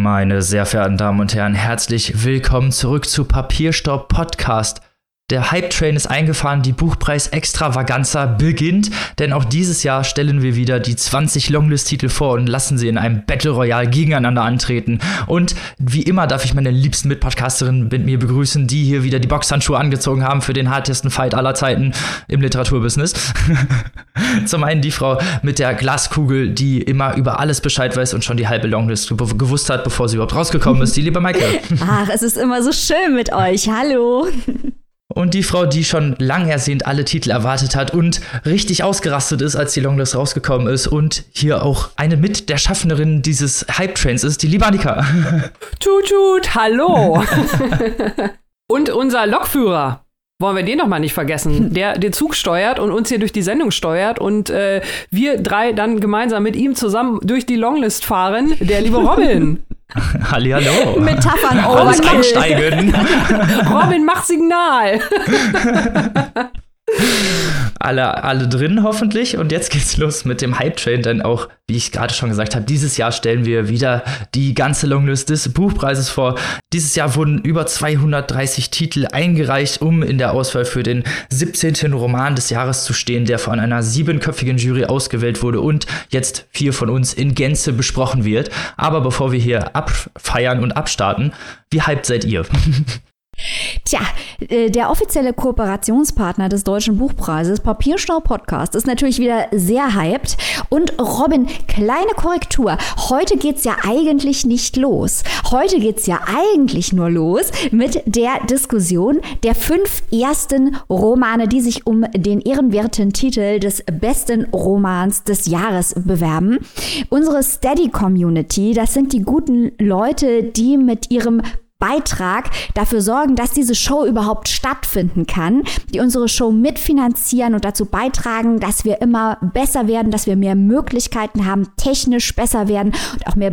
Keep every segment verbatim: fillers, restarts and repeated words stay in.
Meine sehr verehrten Damen und Herren, herzlich willkommen zurück zu Papierstaub Podcast. Der Hype-Train ist eingefahren, die Buchpreis-Extravaganza beginnt, denn auch dieses Jahr stellen wir wieder die zwanzig Longlist-Titel vor und lassen sie in einem Battle Royale gegeneinander antreten. Und wie immer darf ich meine liebsten Mitpodcasterinnen mit mir begrüßen, die hier wieder die Boxhandschuhe angezogen haben für den hartesten Fight aller Zeiten im Literaturbusiness. Zum einen die Frau mit der Glaskugel, die immer über alles Bescheid weiß und schon die halbe Longlist gewusst hat, bevor sie überhaupt rausgekommen ist, die liebe Maike. Ach, es ist immer so schön mit euch. Hallo. Und die Frau, die schon lang ersehnt alle Titel erwartet hat und richtig ausgerastet ist, als die Longlist rausgekommen ist und hier auch eine mit der Schaffnerin dieses Hype-Trains ist, die liebe Annika. Tut, tut, hallo. Und unser Lokführer. Wollen wir den noch mal nicht vergessen, der den Zug steuert und uns hier durch die Sendung steuert und äh, wir drei dann gemeinsam mit ihm zusammen durch die Longlist fahren, der liebe Robin. Hallihallo. Metaphern Alles einsteigen. Robin, mach Signal. Alle, alle drin hoffentlich und jetzt geht's los mit dem Hype-Train, denn auch, wie ich gerade schon gesagt habe, dieses Jahr stellen wir wieder die ganze Longlist des Buchpreises vor. Dieses Jahr wurden über zweihundertdreißig Titel eingereicht, um in der Auswahl für den siebzehnten Roman des Jahres zu stehen, der von einer siebenköpfigen Jury ausgewählt wurde und jetzt vier von uns in Gänze besprochen wird. Aber bevor wir hier abfeiern und abstarten, wie hyped seid ihr? Tja, der offizielle Kooperationspartner des Deutschen Buchpreises, Papierstaub Podcast, ist natürlich wieder sehr hyped. Und Robin, kleine Korrektur, heute geht's ja eigentlich nicht los. Heute geht's ja eigentlich nur los mit der Diskussion der fünf ersten Romane, die sich um den ehrenwerten Titel des besten Romans des Jahres bewerben. Unsere Steady-Community, das sind die guten Leute, die mit ihrem Beitrag dafür sorgen, dass diese Show überhaupt stattfinden kann, die unsere Show mitfinanzieren und dazu beitragen, dass wir immer besser werden, dass wir mehr Möglichkeiten haben, technisch besser werden und auch mehr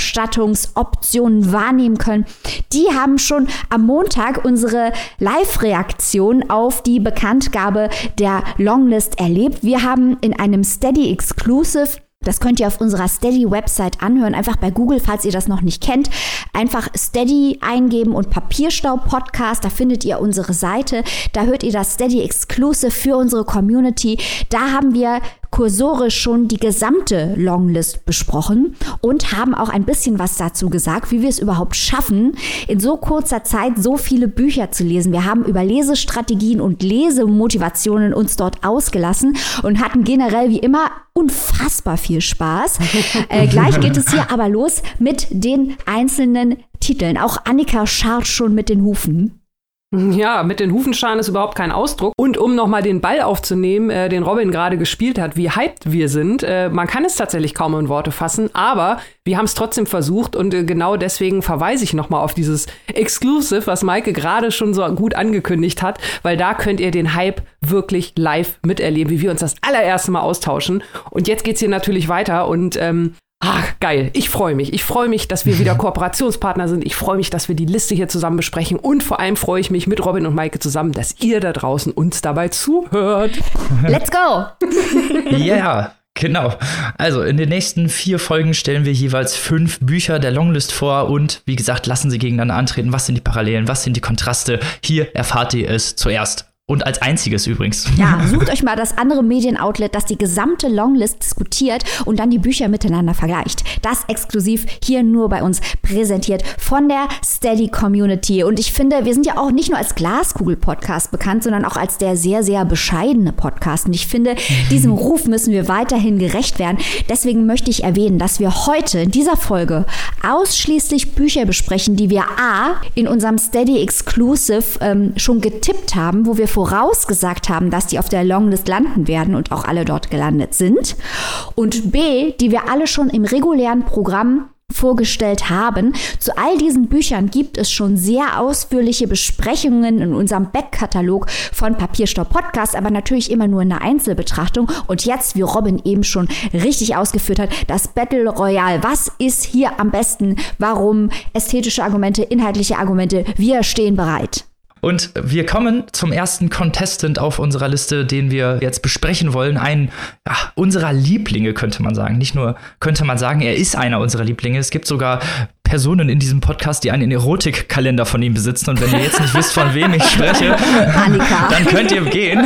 Berichterstattungsoptionen wahrnehmen können. Die haben schon am Montag unsere Live-Reaktion auf die Bekanntgabe der Longlist erlebt. Wir haben in einem Steady Exclusive, das könnt ihr auf unserer Steady-Website anhören, einfach bei Google, falls ihr das noch nicht kennt. Einfach Steady eingeben und Papierstaub-Podcast, da findet ihr unsere Seite. Da hört ihr das Steady-Exclusive für unsere Community. Da haben wir kursorisch schon die gesamte Longlist besprochen und haben auch ein bisschen was dazu gesagt, wie wir es überhaupt schaffen, in so kurzer Zeit so viele Bücher zu lesen. Wir haben über Lesestrategien und Lesemotivationen uns dort ausgelassen und hatten generell wie immer unfassbar viel Spaß. äh, gleich geht es hier aber los mit den einzelnen Titeln. Auch Annika scharrt schon mit den Hufen. Ja, mit den Hufenscharen ist überhaupt kein Ausdruck. Und um nochmal den Ball aufzunehmen, äh, den Robin gerade gespielt hat, wie hyped wir sind, äh, man kann es tatsächlich kaum in Worte fassen, aber wir haben es trotzdem versucht und äh, genau deswegen verweise ich nochmal auf dieses Exclusive, was Maike gerade schon so gut angekündigt hat, weil da könnt ihr den Hype wirklich live miterleben, wie wir uns das allererste Mal austauschen. Und jetzt geht's hier natürlich weiter und ähm, Ah, geil. Ich freue mich. Ich freue mich, dass wir wieder Kooperationspartner sind. Ich freue mich, dass wir die Liste hier zusammen besprechen. Und vor allem freue ich mich mit Robin und Maike zusammen, dass ihr da draußen uns dabei zuhört. Let's go! Ja, yeah, genau. Also in den nächsten vier Folgen stellen wir jeweils fünf Bücher der Longlist vor. Und wie gesagt, lassen sie gegeneinander antreten. Was sind die Parallelen? Was sind die Kontraste? Hier erfahrt ihr es zuerst. Und als einziges übrigens. Ja, sucht euch mal das andere Medienoutlet, das die gesamte Longlist diskutiert und dann die Bücher miteinander vergleicht. Das exklusiv hier nur bei uns präsentiert von der Steady Community. Und ich finde, wir sind ja auch nicht nur als Glaskugel-Podcast bekannt, sondern auch als der sehr, sehr bescheidene Podcast. Und ich finde, diesem Ruf müssen wir weiterhin gerecht werden. Deswegen möchte ich erwähnen, dass wir heute in dieser Folge ausschließlich Bücher besprechen, die wir A, in unserem Steady Exclusive ähm, schon getippt haben, wo wir vorausgesagt haben, dass die auf der Longlist landen werden und auch alle dort gelandet sind. Und B, die wir alle schon im regulären Programm vorgestellt haben. Zu all diesen Büchern gibt es schon sehr ausführliche Besprechungen in unserem Backkatalog von Papierstaub Podcast, aber natürlich immer nur in einer Einzelbetrachtung. Und jetzt, wie Robin eben schon richtig ausgeführt hat, das Battle Royale. Was ist hier am besten? Warum? Ästhetische Argumente, inhaltliche Argumente. Wir stehen bereit. Und wir kommen zum ersten Contestant auf unserer Liste, den wir jetzt besprechen wollen. Ein ja, unserer Lieblinge, könnte man sagen. Nicht nur könnte man sagen, er ist einer unserer Lieblinge. Es gibt sogar Personen in diesem Podcast, die einen Erotikkalender von ihm besitzen. Und wenn ihr jetzt nicht wisst, von wem ich spreche, dann könnt ihr gehen.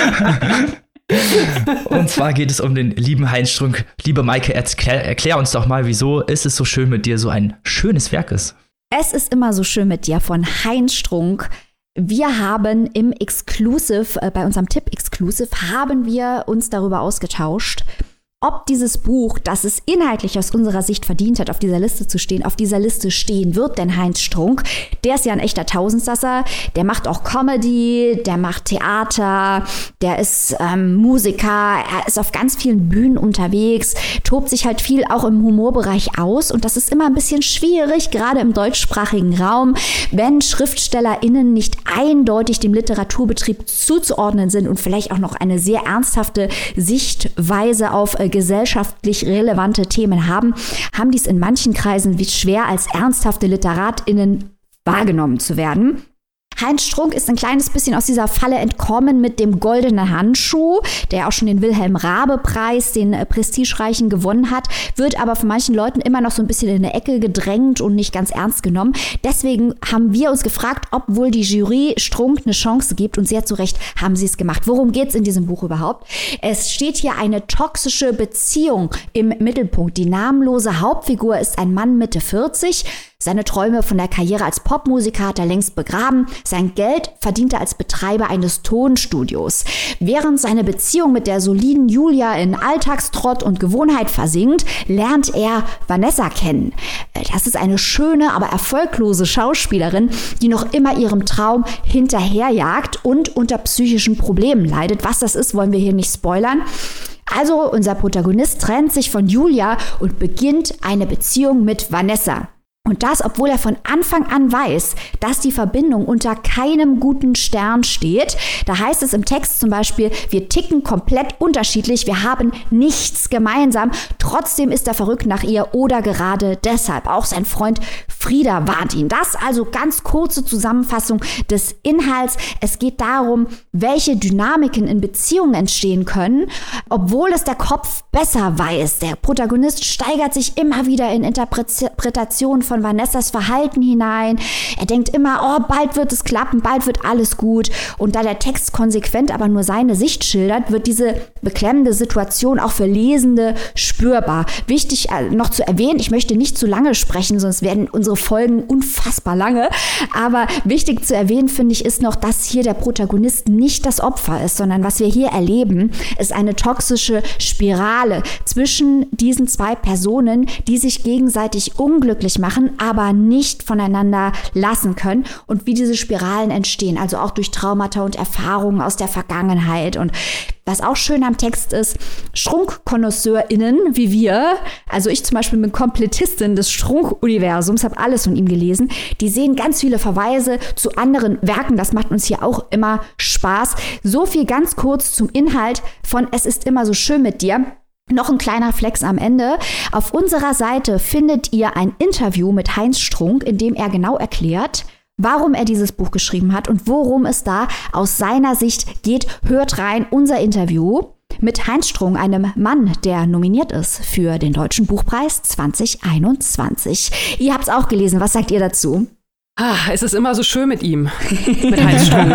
Und zwar geht es um den lieben Heinz Strunk. Liebe Maike, erklär, erklär uns doch mal, wieso ist es so schön mit dir so ein schönes Werk ist. Es ist immer so schön mit dir von Heinz Strunk. Wir haben im Exclusive, äh, bei unserem Tipp-Exclusive, haben wir uns darüber ausgetauscht, ob dieses Buch, das es inhaltlich aus unserer Sicht verdient hat, auf dieser Liste zu stehen, auf dieser Liste stehen wird. Denn Heinz Strunk, der ist ja ein echter Tausendsasser, der macht auch Comedy, der macht Theater, der ist ähm, Musiker, er ist auf ganz vielen Bühnen unterwegs, tobt sich halt viel auch im Humorbereich aus. Und das ist immer ein bisschen schwierig, gerade im deutschsprachigen Raum, wenn SchriftstellerInnen nicht eindeutig dem Literaturbetrieb zuzuordnen sind und vielleicht auch noch eine sehr ernsthafte Sichtweise auf äh, gesellschaftlich relevante Themen haben, haben dies in manchen Kreisen wie schwer als ernsthafte LiteratInnen wahrgenommen zu werden. Heinz Strunk ist ein kleines bisschen aus dieser Falle entkommen mit dem Goldenen Handschuh, der auch schon den Wilhelm-Raabe-Preis, den äh, prestigereichen, gewonnen hat, wird aber von manchen Leuten immer noch so ein bisschen in eine Ecke gedrängt und nicht ganz ernst genommen. Deswegen haben wir uns gefragt, ob wohl die Jury Strunk eine Chance gibt, und sehr zu Recht haben sie es gemacht. Worum geht es in diesem Buch überhaupt? Es steht hier eine toxische Beziehung im Mittelpunkt. Die namenlose Hauptfigur ist ein Mann Mitte vierzig. Seine Träume von der Karriere als Popmusiker hat er längst begraben. Sein Geld verdient er als Betreiber eines Tonstudios. Während seine Beziehung mit der soliden Julia in Alltagstrott und Gewohnheit versinkt, lernt er Vanessa kennen. Das ist eine schöne, aber erfolglose Schauspielerin, die noch immer ihrem Traum hinterherjagt und unter psychischen Problemen leidet. Was das ist, wollen wir hier nicht spoilern. Also unser Protagonist trennt sich von Julia und beginnt eine Beziehung mit Vanessa. Und das, obwohl er von Anfang an weiß, dass die Verbindung unter keinem guten Stern steht. Da heißt es im Text zum Beispiel, wir ticken komplett unterschiedlich, wir haben nichts gemeinsam. Trotzdem ist er verrückt nach ihr oder gerade deshalb. Auch sein Freund Frieda warnt ihn. Das also ganz kurze Zusammenfassung des Inhalts. Es geht darum, welche Dynamiken in Beziehungen entstehen können, obwohl es der Kopf besser weiß. Der Protagonist steigert sich immer wieder in Interpretationen von Vanessas Verhalten hinein. Er denkt immer, oh, bald wird es klappen, bald wird alles gut. Und da der Text konsequent aber nur seine Sicht schildert, wird diese beklemmende Situation auch für Lesende spürbar. Wichtig noch zu erwähnen, ich möchte nicht zu lange sprechen, sonst werden unsere Folgen unfassbar lange. Aber wichtig zu erwähnen, finde ich, ist noch, dass hier der Protagonist nicht das Opfer ist, sondern was wir hier erleben, ist eine toxische Spirale zwischen diesen zwei Personen, die sich gegenseitig unglücklich machen, aber nicht voneinander lassen können, und wie diese Spiralen entstehen, also auch durch Traumata und Erfahrungen aus der Vergangenheit. Und was auch schön am Text ist, Strunk-KonnoisseurInnen wie wir, also ich zum Beispiel bin Komplettistin des Strunk-Universums, habe alles von ihm gelesen, die sehen ganz viele Verweise zu anderen Werken, das macht uns hier auch immer Spaß. So viel ganz kurz zum Inhalt von Es ist immer so schön mit dir. Noch ein kleiner Flex am Ende. Auf unserer Seite findet ihr ein Interview mit Heinz Strunk, in dem er genau erklärt, warum er dieses Buch geschrieben hat und worum es da aus seiner Sicht geht. Hört rein, unser Interview mit Heinz Strunk, einem Mann, der nominiert ist für den Deutschen Buchpreis zwanzig einundzwanzig. Ihr habt es auch gelesen. Was sagt ihr dazu? Ah, es ist immer so schön mit ihm, mit Heinz Strunk.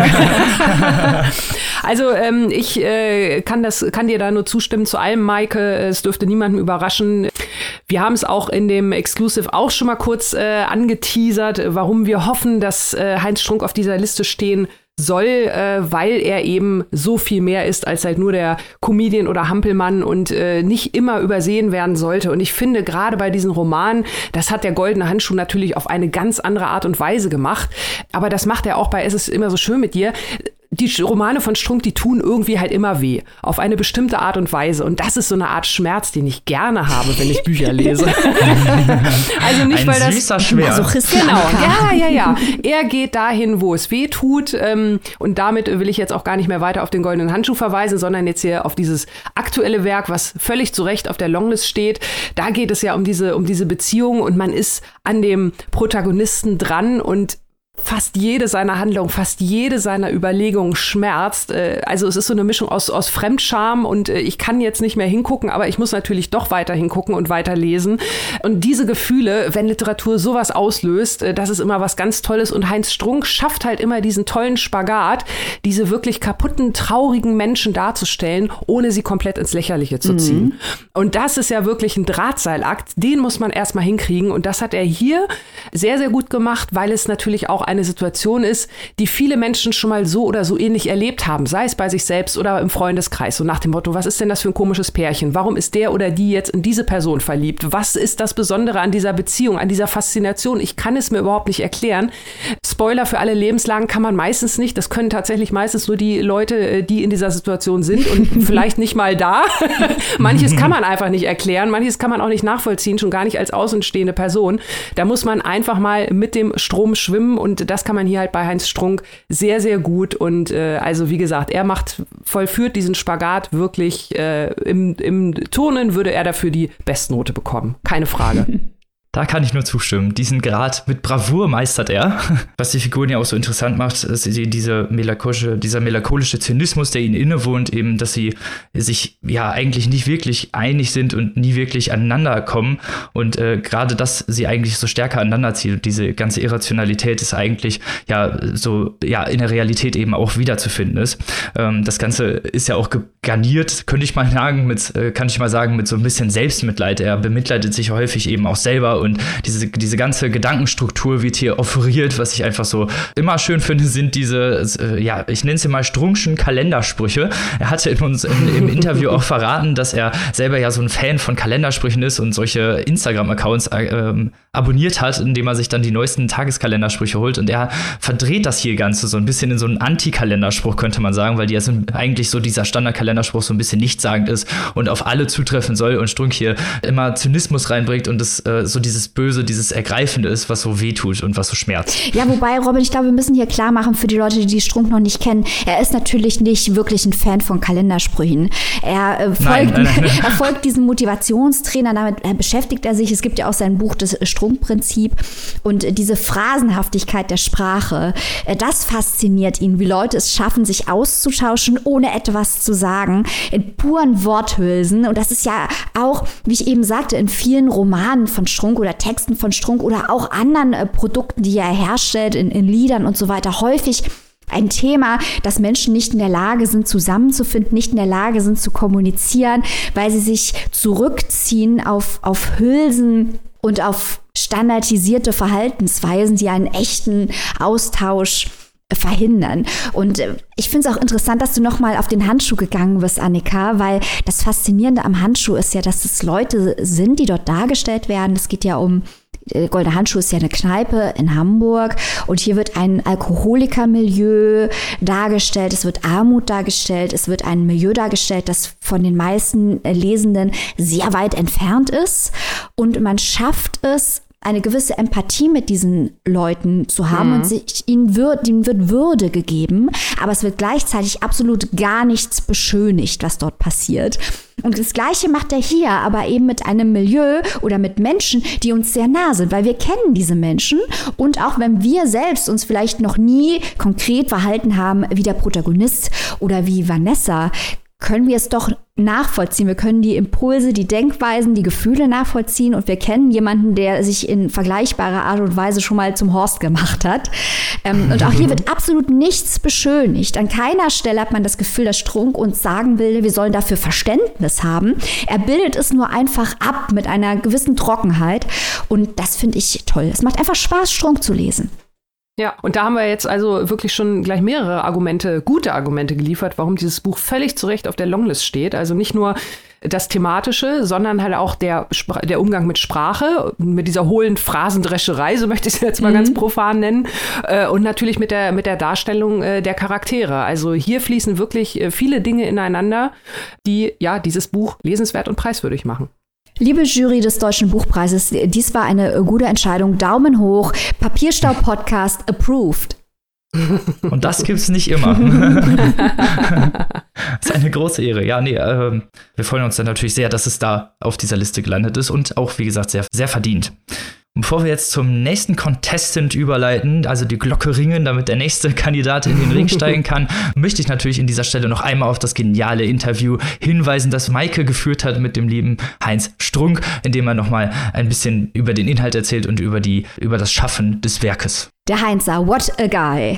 Also ähm, ich äh, kann das, kann dir da nur zustimmen zu allem, Maike. Es dürfte niemanden überraschen. Wir haben es auch in dem Exclusive auch schon mal kurz äh, angeteasert, warum wir hoffen, dass äh, Heinz Strunk auf dieser Liste stehen soll, äh, weil er eben so viel mehr ist als halt nur der Comedian oder Hampelmann und äh, nicht immer übersehen werden sollte. Und ich finde, gerade bei diesen Romanen, das hat der Goldene Handschuh natürlich auf eine ganz andere Art und Weise gemacht. Aber das macht er auch bei Es ist immer so schön mit dir. Die Romane von Strunk, die tun irgendwie halt immer weh. Auf eine bestimmte Art und Weise. Und das ist so eine Art Schmerz, den ich gerne habe, wenn ich Bücher lese. Also nicht, Ein weil das süßer Schmerz. Genau, ja, ja, ja. Er geht dahin, wo es weh tut. Ähm, und damit will ich jetzt auch gar nicht mehr weiter auf den Goldenen Handschuh verweisen, sondern jetzt hier auf dieses aktuelle Werk, was völlig zu Recht auf der Longlist steht. Da geht es ja um diese, um diese Beziehung und man ist an dem Protagonisten dran und fast jede seiner Handlungen, fast jede seiner Überlegungen schmerzt. Also es ist so eine Mischung aus, aus Fremdscham und ich kann jetzt nicht mehr hingucken, aber ich muss natürlich doch weiter hingucken und weiter lesen. Und diese Gefühle, wenn Literatur sowas auslöst, das ist immer was ganz Tolles. Und Heinz Strunk schafft halt immer diesen tollen Spagat, diese wirklich kaputten, traurigen Menschen darzustellen, ohne sie komplett ins Lächerliche zu ziehen. Mhm. Und das ist ja wirklich ein Drahtseilakt, den muss man erstmal hinkriegen. Und das hat er hier sehr, sehr gut gemacht, weil es natürlich auch eine Situation ist, die viele Menschen schon mal so oder so ähnlich erlebt haben, sei es bei sich selbst oder im Freundeskreis. So nach dem Motto, was ist denn das für ein komisches Pärchen? Warum ist der oder die jetzt in diese Person verliebt? Was ist das Besondere an dieser Beziehung, an dieser Faszination? Ich kann es mir überhaupt nicht erklären. Spoiler für alle Lebenslagen kann man meistens nicht. Das können tatsächlich meistens nur die Leute, die in dieser Situation sind und vielleicht nicht mal da. Manches kann man einfach nicht erklären, manches kann man auch nicht nachvollziehen, schon gar nicht als außenstehende Person. Da muss man einfach mal mit dem Strom schwimmen und das kann man hier halt bei Heinz Strunk sehr, sehr gut. Und äh, also wie gesagt, er macht, vollführt diesen Spagat wirklich. Äh, im, Im Turnen würde er dafür die Bestnote bekommen. Keine Frage. Da kann ich nur zustimmen. Diesen Grad mit Bravour meistert er. Was die Figuren ja auch so interessant macht, ist diese melancholische, dieser melancholische Zynismus, der ihnen innewohnt, eben, dass sie sich ja eigentlich nicht wirklich einig sind und nie wirklich aneinander kommen. Und äh, gerade, dass sie eigentlich so stärker aneinander ziehen. Und diese ganze Irrationalität ist eigentlich ja so ja in der Realität eben auch wiederzufinden ist. Ähm, das Ganze ist ja auch garniert, könnte ich mal sagen, mit, äh, kann ich mal sagen, mit so ein bisschen Selbstmitleid. Er bemitleidet sich häufig eben auch selber. Und diese, diese ganze Gedankenstruktur wird hier offeriert, was ich einfach so immer schön finde, sind diese, äh, ja, ich nenne sie mal Strunkschen Kalendersprüche. Er hatte in uns in, im Interview auch verraten, dass er selber ja so ein Fan von Kalendersprüchen ist und solche Instagram-Accounts äh, abonniert hat, indem er sich dann die neuesten Tageskalendersprüche holt. Und er verdreht das hier Ganze so ein bisschen in so einen Anti-Kalenderspruch, könnte man sagen, weil die ja so eigentlich so dieser Standard-Kalenderspruch so ein bisschen nichtssagend ist und auf alle zutreffen soll und Strunk hier immer Zynismus reinbringt und das äh, so dieses Böse, dieses Ergreifende ist, was so wehtut und was so schmerzt. Ja, wobei, Robin, ich glaube, wir müssen hier klar machen für die Leute, die Strunk noch nicht kennen, er ist natürlich nicht wirklich ein Fan von Kalendersprüchen. Er, äh, folgt, nein, nein, nein. er folgt diesem Motivationstrainer, damit äh, beschäftigt er sich. Es gibt ja auch sein Buch, das Strunk-Prinzip. Und äh, diese Phrasenhaftigkeit der Sprache, äh, das fasziniert ihn, wie Leute es schaffen, sich auszutauschen, ohne etwas zu sagen, in puren Worthülsen. Und das ist ja auch, wie ich eben sagte, in vielen Romanen von Strunk oder Texten von Strunk oder auch anderen äh, Produkten, die er herstellt, in, in Liedern und so weiter, häufig ein Thema, dass Menschen nicht in der Lage sind, zusammenzufinden, nicht in der Lage sind, zu kommunizieren, weil sie sich zurückziehen auf, auf Hülsen und auf standardisierte Verhaltensweisen, die einen echten Austausch verhindern. Und ich finde es auch interessant, dass du nochmal auf den Handschuh gegangen bist, Annika, weil das Faszinierende am Handschuh ist ja, dass es Leute sind, die dort dargestellt werden. Es geht ja um, der Goldene Handschuh ist ja eine Kneipe in Hamburg und hier wird ein Alkoholikermilieu dargestellt, es wird Armut dargestellt, es wird ein Milieu dargestellt, das von den meisten Lesenden sehr weit entfernt ist und man schafft es, eine gewisse Empathie mit diesen Leuten zu haben mhm. und sich, ihnen, wird, ihnen wird Würde gegeben, aber es wird gleichzeitig absolut gar nichts beschönigt, was dort passiert. Und das Gleiche macht er hier, aber eben mit einem Milieu oder mit Menschen, die uns sehr nah sind, weil wir kennen diese Menschen und auch wenn wir selbst uns vielleicht noch nie konkret verhalten haben wie der Protagonist oder wie Vanessa, können wir es doch nachvollziehen. Wir können die Impulse, die Denkweisen, die Gefühle nachvollziehen und wir kennen jemanden, der sich in vergleichbarer Art und Weise schon mal zum Horst gemacht hat. Ähm, und auch hier wird absolut nichts beschönigt. An keiner Stelle hat man das Gefühl, dass Strunk uns sagen will, wir sollen dafür Verständnis haben. Er bildet es nur einfach ab mit einer gewissen Trockenheit und das finde ich toll. Es macht einfach Spaß, Strunk zu lesen. Ja, und da haben wir jetzt also wirklich schon gleich mehrere Argumente, gute Argumente geliefert, warum dieses Buch völlig zu Recht auf der Longlist steht. Also nicht nur das Thematische, sondern halt auch der, der Umgang mit Sprache, mit dieser hohlen Phrasendrescherei, so möchte ich es jetzt mal mhm. ganz profan nennen, äh, und natürlich mit der, mit der Darstellung äh, der Charaktere. Also hier fließen wirklich äh, viele Dinge ineinander, die ja dieses Buch lesenswert und preiswürdig machen. Liebe Jury des Deutschen Buchpreises, dies war eine gute Entscheidung. Daumen hoch. Papierstau-Podcast approved. Und das gibt's nicht immer. Das ist eine große Ehre. Ja, nee, äh, wir freuen uns dann natürlich sehr, dass es da auf dieser Liste gelandet ist und auch, wie gesagt, sehr, sehr verdient. Bevor wir jetzt zum nächsten Contestant überleiten, also die Glocke ringen, damit der nächste Kandidat in den Ring steigen kann, möchte ich natürlich in dieser Stelle noch einmal auf das geniale Interview hinweisen, das Maike geführt hat mit dem lieben Heinz Strunk, in dem er nochmal ein bisschen über den Inhalt erzählt und über, die, über das Schaffen des Werkes. Der Heinzer, what a guy.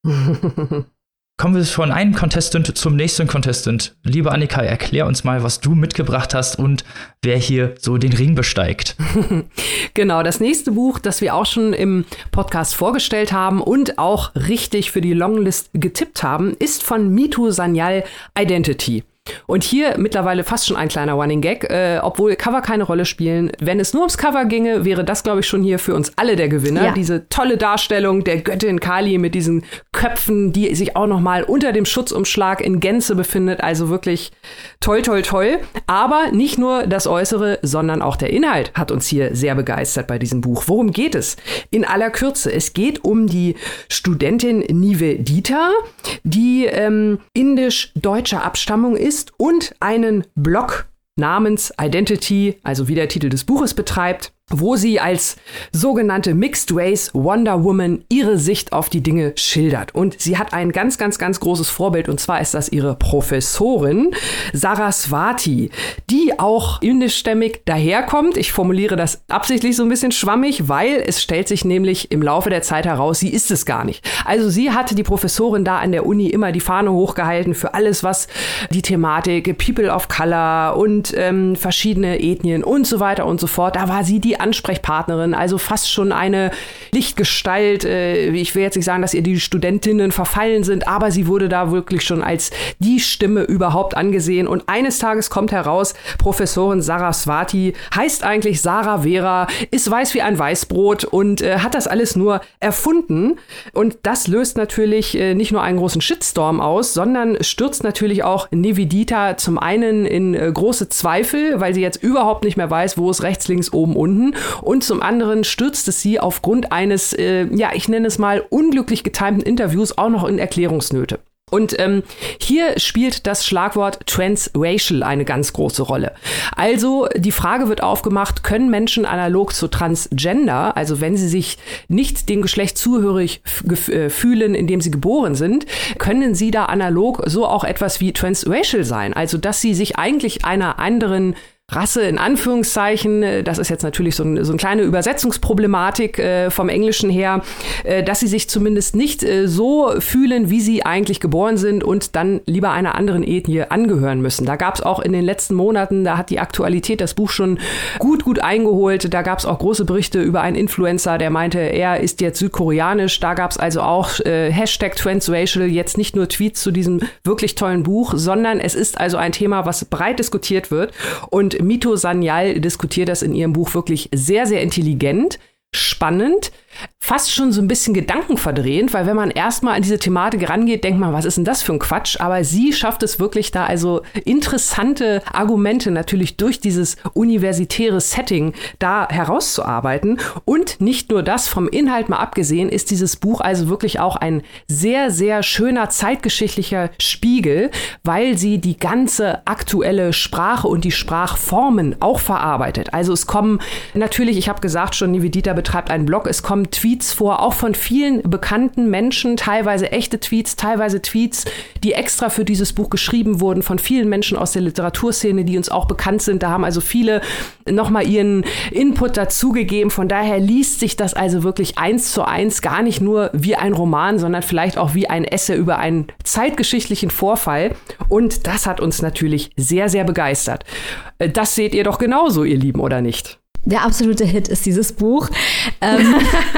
Kommen wir von einem Contestant zum nächsten Contestant. Liebe Annika, erklär uns mal, was du mitgebracht hast und wer hier so den Ring besteigt. Genau, das nächste Buch, das wir auch schon im Podcast vorgestellt haben und auch richtig für die Longlist getippt haben, ist von Mitu Sanyal, Identity. Und hier mittlerweile fast schon ein kleiner Running Gag, äh, obwohl Cover keine Rolle spielen. Wenn es nur ums Cover ginge, wäre das, glaube ich, schon hier für uns alle der Gewinner. Ja. Diese tolle Darstellung der Göttin Kali mit diesen Köpfen, die sich auch noch mal unter dem Schutzumschlag in Gänze befindet. Also wirklich toll, toll, toll. Aber nicht nur das Äußere, sondern auch der Inhalt hat uns hier sehr begeistert bei diesem Buch. Worum geht es? In aller Kürze. Es geht um die Studentin Nivedita, die ähm, indisch-deutscher Abstammung ist und einen Blog namens Identity, also wie der Titel des Buches betreibt, wo sie als sogenannte Mixed Race Wonder Woman ihre Sicht auf die Dinge schildert. Und sie hat ein ganz, ganz, ganz großes Vorbild, und zwar ist das ihre Professorin Saraswati, die auch indischstämmig daherkommt. Ich formuliere das absichtlich so ein bisschen schwammig, weil es stellt sich nämlich im Laufe der Zeit heraus, sie ist es gar nicht. Also sie hatte, die Professorin da an der Uni, immer die Fahne hochgehalten für alles, was die Thematik People of Color und ähm, verschiedene Ethnien und so weiter und so fort, da war sie die Ansprechpartnerin, also fast schon eine Lichtgestalt. Ich will jetzt nicht sagen, dass ihr die Studentinnen verfallen sind, aber sie wurde da wirklich schon als die Stimme überhaupt angesehen. Und eines Tages kommt heraus, Professorin Saraswati heißt eigentlich Sarah Vera, ist weiß wie ein Weißbrot und äh, hat das alles nur erfunden. Und das löst natürlich äh, nicht nur einen großen Shitstorm aus, sondern stürzt natürlich auch Nivedita zum einen in äh, große Zweifel, weil sie jetzt überhaupt nicht mehr weiß, wo es rechts, links, oben, unten. Und zum anderen stürzt es sie aufgrund eines, äh, ja, ich nenne es mal, unglücklich getimten Interviews auch noch in Erklärungsnöte. Und ähm, hier spielt das Schlagwort Transracial eine ganz große Rolle. Also die Frage wird aufgemacht, können Menschen analog zu Transgender, also wenn sie sich nicht dem Geschlecht zugehörig f- äh, fühlen, in dem sie geboren sind, können sie da analog so auch etwas wie Transracial sein? Also dass sie sich eigentlich einer anderen Rasse in Anführungszeichen, das ist jetzt natürlich so, ein, so eine kleine Übersetzungsproblematik äh, vom Englischen her, äh, dass sie sich zumindest nicht äh, so fühlen, wie sie eigentlich geboren sind und dann lieber einer anderen Ethnie angehören müssen. Da gab es auch in den letzten Monaten, da hat die Aktualität das Buch schon gut, gut eingeholt. Da gab es auch große Berichte über einen Influencer, der meinte, er ist jetzt südkoreanisch. Da gab es also auch äh, Hashtag Transracial, jetzt nicht nur Tweets zu diesem wirklich tollen Buch, sondern es ist also ein Thema, was breit diskutiert wird. Und Mitu Sanyal diskutiert das in ihrem Buch wirklich sehr, sehr intelligent, spannend, fast schon so ein bisschen gedankenverdrehend, weil wenn man erstmal an diese Thematik rangeht, denkt man, was ist denn das für ein Quatsch? Aber sie schafft es wirklich da also interessante Argumente natürlich durch dieses universitäre Setting da herauszuarbeiten. Und nicht nur das, vom Inhalt mal abgesehen, ist dieses Buch also wirklich auch ein sehr, sehr schöner zeitgeschichtlicher Spiegel, weil sie die ganze aktuelle Sprache und die Sprachformen auch verarbeitet. Also es kommen natürlich, ich habe gesagt schon, Nivedita betreibt einen Blog, es kommen Tweets vor, auch von vielen bekannten Menschen, teilweise echte Tweets, teilweise Tweets, die extra für dieses Buch geschrieben wurden, von vielen Menschen aus der Literaturszene, die uns auch bekannt sind. Da haben also viele nochmal ihren Input dazugegeben. Von daher liest sich das also wirklich eins zu eins, gar nicht nur wie ein Roman, sondern vielleicht auch wie ein Essay über einen zeitgeschichtlichen Vorfall. Und das hat uns natürlich sehr, sehr begeistert. Das seht ihr doch genauso, ihr Lieben, oder nicht? Der absolute Hit ist dieses Buch. ähm,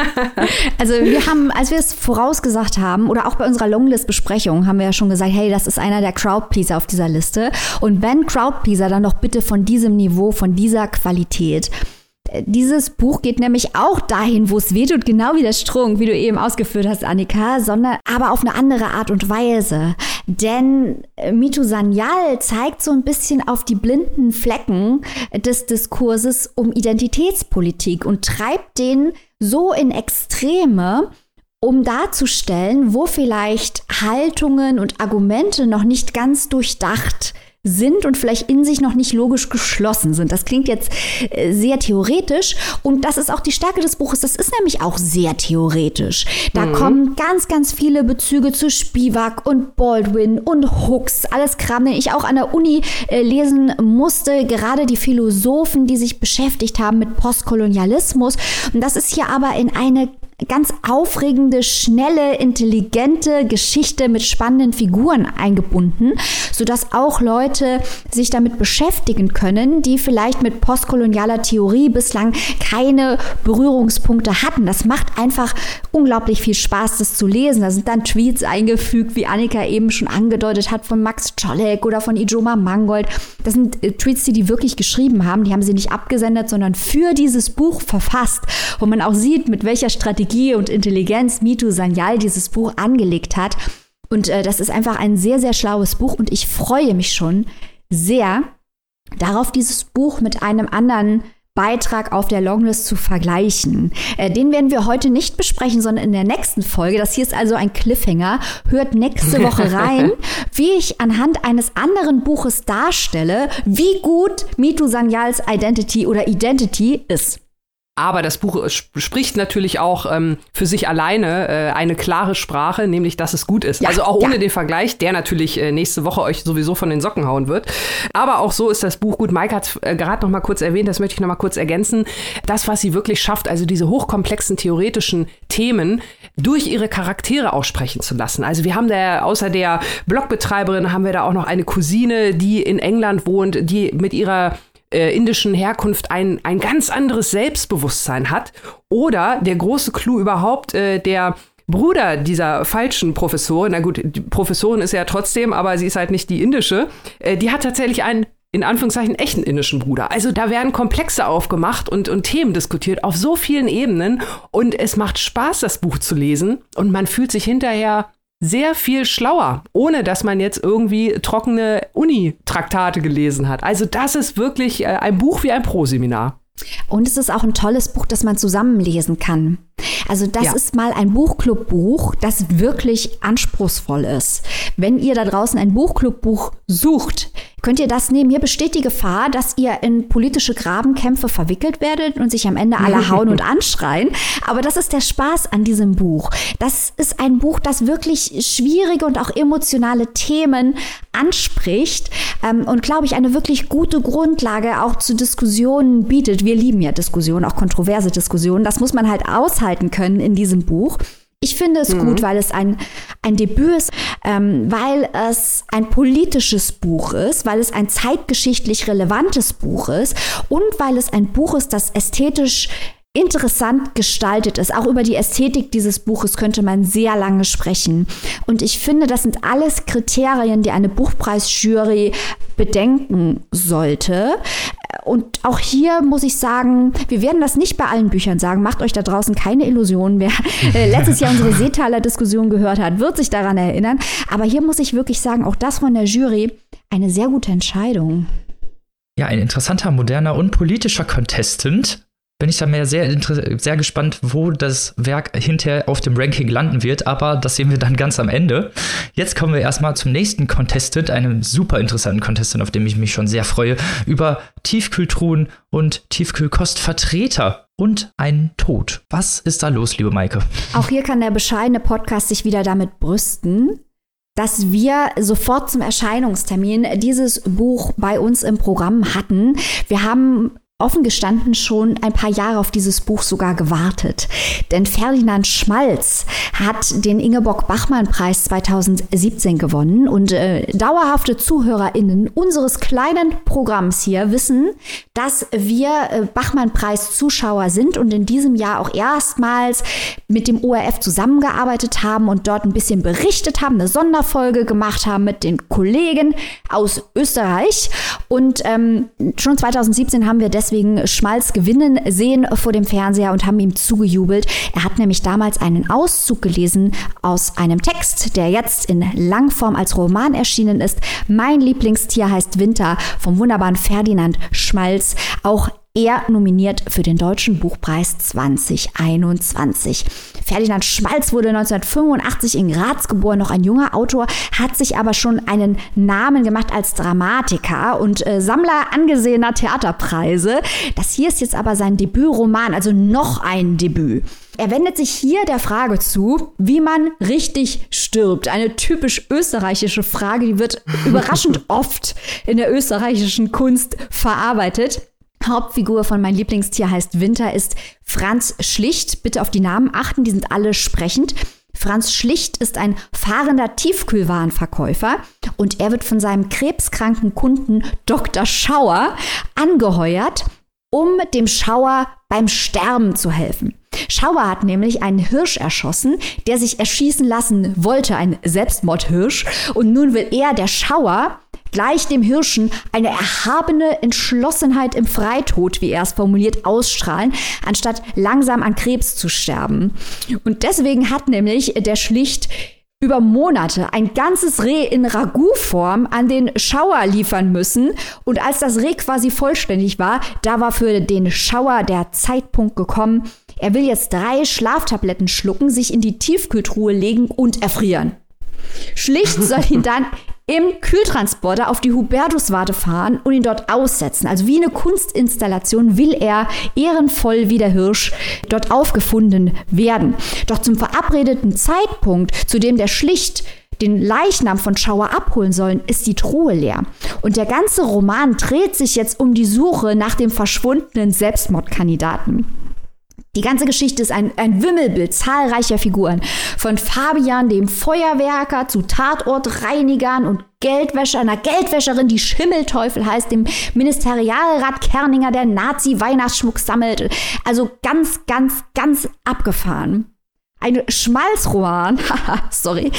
also wir haben, als wir es vorausgesagt haben, oder auch bei unserer Longlist-Besprechung, haben wir ja schon gesagt, hey, das ist einer der Crowdpleaser auf dieser Liste. Und wenn Crowdpleaser, dann doch bitte von diesem Niveau, von dieser Qualität. Dieses Buch geht nämlich auch dahin, wo es wehtut, genau wie der Strunk, wie du eben ausgeführt hast, Annika, sondern aber auf eine andere Art und Weise. Denn Mitu Sanyal zeigt so ein bisschen auf die blinden Flecken des Diskurses um Identitätspolitik und treibt den so in Extreme, um darzustellen, wo vielleicht Haltungen und Argumente noch nicht ganz durchdacht sind und vielleicht in sich noch nicht logisch geschlossen sind. Das klingt jetzt äh, sehr theoretisch und das ist auch die Stärke des Buches. Das ist nämlich auch sehr theoretisch. Da mhm. kommen ganz, ganz viele Bezüge zu Spivak und Baldwin und Hooks. Alles Kram, den ich auch an der Uni äh, lesen musste. Gerade die Philosophen, die sich beschäftigt haben mit Postkolonialismus. Und das ist hier aber in eine ganz aufregende, schnelle, intelligente Geschichte mit spannenden Figuren eingebunden, sodass auch Leute sich damit beschäftigen können, die vielleicht mit postkolonialer Theorie bislang keine Berührungspunkte hatten. Das macht einfach unglaublich viel Spaß, das zu lesen. Da sind dann Tweets eingefügt, wie Annika eben schon angedeutet hat, von Max Czolek oder von Ijoma Mangold. Das sind äh, Tweets, die die wirklich geschrieben haben. Die haben sie nicht abgesendet, sondern für dieses Buch verfasst, wo man auch sieht, mit welcher Strategie und Intelligenz Mitu Sanyal dieses Buch angelegt hat. Und äh, das ist einfach ein sehr, sehr schlaues Buch und ich freue mich schon sehr darauf, dieses Buch mit einem anderen Beitrag auf der Longlist zu vergleichen. Äh, den werden wir heute nicht besprechen, sondern in der nächsten Folge. Das hier ist also ein Cliffhanger. Hört nächste Woche rein, wie ich anhand eines anderen Buches darstelle, wie gut Mitu Sanyals Identity oder Identity ist. Aber das Buch spricht natürlich auch ähm, für sich alleine äh, eine klare Sprache, nämlich, dass es gut ist. Ja, also auch ohne ja. den Vergleich, der natürlich äh, nächste Woche euch sowieso von den Socken hauen wird. Aber auch so ist das Buch gut. Mike hat es äh, gerade noch mal kurz erwähnt, das möchte ich noch mal kurz ergänzen. Das, was sie wirklich schafft, also diese hochkomplexen theoretischen Themen durch ihre Charaktere aussprechen zu lassen. Also wir haben da außer der Blogbetreiberin haben wir da auch noch eine Cousine, die in England wohnt, die mit ihrer Äh, indischen Herkunft ein, ein ganz anderes Selbstbewusstsein hat. Oder der große Clou überhaupt, äh, der Bruder dieser falschen Professorin, na gut, die Professorin ist ja trotzdem, aber sie ist halt nicht die indische, äh, die hat tatsächlich einen, in Anführungszeichen, echten indischen Bruder. Also da werden Komplexe aufgemacht und, und Themen diskutiert auf so vielen Ebenen und es macht Spaß, das Buch zu lesen und man fühlt sich hinterher sehr viel schlauer, ohne dass man jetzt irgendwie trockene Uni-Traktate gelesen hat. Also das ist wirklich äh, ein Buch wie ein Proseminar. Und es ist auch ein tolles Buch, das man zusammenlesen kann. Also das ja. ist mal ein Buchclub-Buch, das wirklich anspruchsvoll ist. Wenn ihr da draußen ein Buchclub-Buch sucht, könnt ihr das nehmen. Hier besteht die Gefahr, dass ihr in politische Grabenkämpfe verwickelt werdet und sich am Ende alle hauen und anschreien. Aber das ist der Spaß an diesem Buch. Das ist ein Buch, das wirklich schwierige und auch emotionale Themen anspricht ähm, und, glaube ich, eine wirklich gute Grundlage auch zu Diskussionen bietet. Wir lieben ja Diskussionen, auch kontroverse Diskussionen. Das muss man halt aushalten können in diesem Buch. Ich finde es mhm. gut, weil es ein, ein Debüt ist, ähm, weil es ein politisches Buch ist, weil es ein zeitgeschichtlich relevantes Buch ist und weil es ein Buch ist, das ästhetisch interessant gestaltet ist. Auch über die Ästhetik dieses Buches könnte man sehr lange sprechen. Und ich finde, das sind alles Kriterien, die eine Buchpreisjury bedenken sollte. Und auch hier muss ich sagen, wir werden das nicht bei allen Büchern sagen. Macht euch da draußen keine Illusionen. Wer äh, letztes Jahr unsere Seetaler-Diskussion gehört hat, wird sich daran erinnern. Aber hier muss ich wirklich sagen, auch das von der Jury, eine sehr gute Entscheidung. Ja, ein interessanter, moderner und politischer Contestant. Bin ich da mehr sehr, sehr gespannt, wo das Werk hinterher auf dem Ranking landen wird, aber das sehen wir dann ganz am Ende. Jetzt kommen wir erstmal zum nächsten Contestant, einem super interessanten Contestant, auf den ich mich schon sehr freue, über Tiefkühltruhen und Tiefkühlkostvertreter und einen Tod. Was ist da los, liebe Maike? Auch hier kann der bescheidene Podcast sich wieder damit brüsten, dass wir sofort zum Erscheinungstermin dieses Buch bei uns im Programm hatten. Wir haben offen gestanden schon ein paar Jahre auf dieses Buch sogar gewartet. Denn Ferdinand Schmalz hat den Ingeborg-Bachmann-Preis zweitausendsiebzehn gewonnen. Und äh, dauerhafte ZuhörerInnen unseres kleinen Programms hier wissen, dass wir äh, Bachmann-Preis-Zuschauer sind und in diesem Jahr auch erstmals mit dem O R F zusammengearbeitet haben und dort ein bisschen berichtet haben, eine Sonderfolge gemacht haben mit den Kollegen aus Österreich. Und ähm, schon zweitausendsiebzehn haben wir deswegen Deswegen Schmalz gewinnen sehen vor dem Fernseher und haben ihm zugejubelt. Er hat nämlich damals einen Auszug gelesen aus einem Text, der jetzt in Langform als Roman erschienen ist. Mein Lieblingstier heißt Winter vom wunderbaren Ferdinand Schmalz. Auch er nominiert für den Deutschen Buchpreis zwanzig einundzwanzig. Ferdinand Schmalz wurde neunzehnhundertfünfundachtzig in Graz geboren, noch ein junger Autor, hat sich aber schon einen Namen gemacht als Dramatiker und äh, Sammler angesehener Theaterpreise. Das hier ist jetzt aber sein Debütroman, also noch ein Debüt. Er wendet sich hier der Frage zu, wie man richtig stirbt. Eine typisch österreichische Frage, die wird überraschend oft in der österreichischen Kunst verarbeitet. Hauptfigur von Mein Lieblingstier heißt Winter ist Franz Schlicht. Bitte auf die Namen achten, die sind alle sprechend. Franz Schlicht ist ein fahrender Tiefkühlwarenverkäufer und er wird von seinem krebskranken Kunden Doktor Schauer angeheuert, um dem Schauer beim Sterben zu helfen. Schauer hat nämlich einen Hirsch erschossen, der sich erschießen lassen wollte, ein Selbstmordhirsch. Und nun will er, der Schauer, gleich dem Hirschen eine erhabene Entschlossenheit im Freitod, wie er es formuliert, ausstrahlen, anstatt langsam an Krebs zu sterben. Und deswegen hat nämlich der Schlicht über Monate ein ganzes Reh in Ragout-Form an den Schauer liefern müssen. Und als das Reh quasi vollständig war, da war für den Schauer der Zeitpunkt gekommen. Er will jetzt drei Schlaftabletten schlucken, sich in die Tiefkühltruhe legen und erfrieren. Schlicht soll ihn dann im Kühltransporter auf die Hubertuswarte fahren und ihn dort aussetzen. Also wie eine Kunstinstallation will er ehrenvoll wie der Hirsch dort aufgefunden werden. Doch zum verabredeten Zeitpunkt, zu dem der Schlicht den Leichnam von Schauer abholen sollen, ist die Truhe leer. Und der ganze Roman dreht sich jetzt um die Suche nach dem verschwundenen Selbstmordkandidaten. Die ganze Geschichte ist ein, ein Wimmelbild zahlreicher Figuren. Von Fabian, dem Feuerwerker, zu Tatortreinigern und Geldwäscher, einer Geldwäscherin, die Schimmelteufel heißt, dem Ministerialrat Kerninger, der Nazi-Weihnachtsschmuck sammelt. Also ganz, ganz, ganz abgefahren. Ein Schmalzroman, sorry,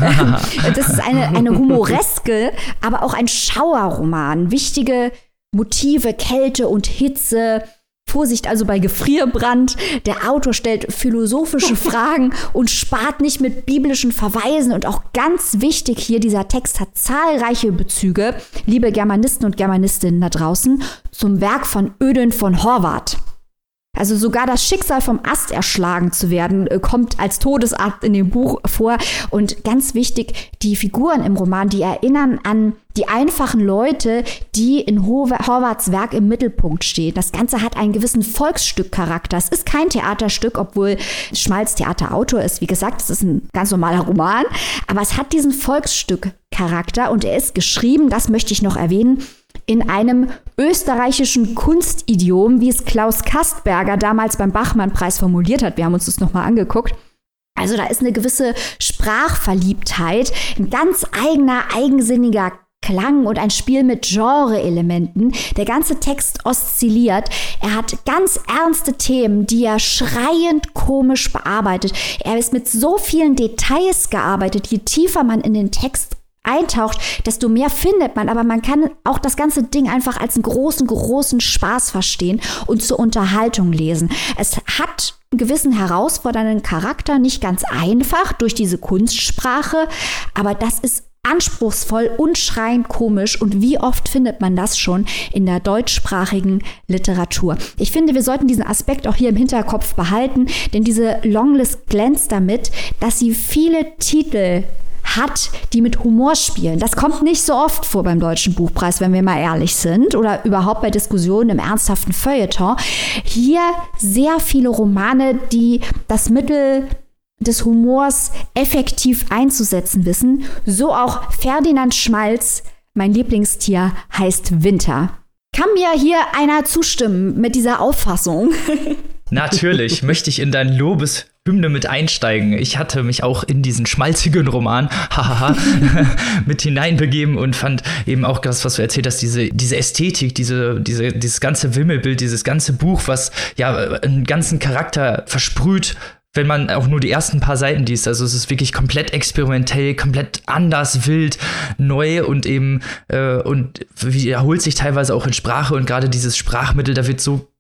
das ist eine, eine humoreske, aber auch ein Schauerroman. Wichtige Motive, Kälte und Hitze. Vorsicht also bei Gefrierbrand. Der Autor stellt philosophische Fragen und spart nicht mit biblischen Verweisen. Und auch ganz wichtig hier, dieser Text hat zahlreiche Bezüge, liebe Germanisten und Germanistinnen da draußen, zum Werk von Ödön von Horvath. Also sogar das Schicksal vom Ast erschlagen zu werden, kommt als Todesart in dem Buch vor. Und ganz wichtig, die Figuren im Roman, die erinnern an die einfachen Leute, die in Horvaths Werk im Mittelpunkt stehen. Das Ganze hat einen gewissen Volksstückcharakter. Es ist kein Theaterstück, obwohl Schmalz Theaterautor ist. Wie gesagt, es ist ein ganz normaler Roman. Aber es hat diesen Volksstückcharakter und er ist geschrieben, das möchte ich noch erwähnen, in einem österreichischen Kunstidiom, wie es Klaus Kastberger damals beim Bachmann-Preis formuliert hat. Wir haben uns das nochmal angeguckt. Also da ist eine gewisse Sprachverliebtheit, ein ganz eigener, eigensinniger Klang und ein Spiel mit Genre-Elementen. Der ganze Text oszilliert. Er hat ganz ernste Themen, die er schreiend komisch bearbeitet. Er ist mit so vielen Details gearbeitet. Je tiefer man in den Text eintaucht, desto mehr findet man. Aber man kann auch das ganze Ding einfach als einen großen, großen Spaß verstehen und zur Unterhaltung lesen. Es hat einen gewissen herausfordernden Charakter, nicht ganz einfach durch diese Kunstsprache, aber das ist anspruchsvoll und schreiend komisch. Und wie oft findet man das schon in der deutschsprachigen Literatur? Ich finde, wir sollten diesen Aspekt auch hier im Hinterkopf behalten, denn diese Longlist glänzt damit, dass sie viele Titel hat, die mit Humor spielen. Das kommt nicht so oft vor beim Deutschen Buchpreis, wenn wir mal ehrlich sind, oder überhaupt bei Diskussionen im ernsthaften Feuilleton. Hier sehr viele Romane, die das Mittel des Humors effektiv einzusetzen wissen. So auch Ferdinand Schmalz, Mein Lieblingstier heißt Winter. Kann mir hier einer zustimmen mit dieser Auffassung? Natürlich möchte ich in dein Lobeshymne mit einsteigen. Ich hatte mich auch in diesen schmalzigen Roman hahaha, mit hineinbegeben und fand eben auch das, was du erzählt hast, diese, diese Ästhetik, diese, diese, dieses ganze Wimmelbild, dieses ganze Buch, was ja einen ganzen Charakter versprüht, wenn man auch nur die ersten paar Seiten liest. Also es ist wirklich komplett experimentell, komplett anders, wild, neu und eben äh, und wiederholt sich teilweise auch in Sprache. Und gerade dieses Sprachmittel, da wird so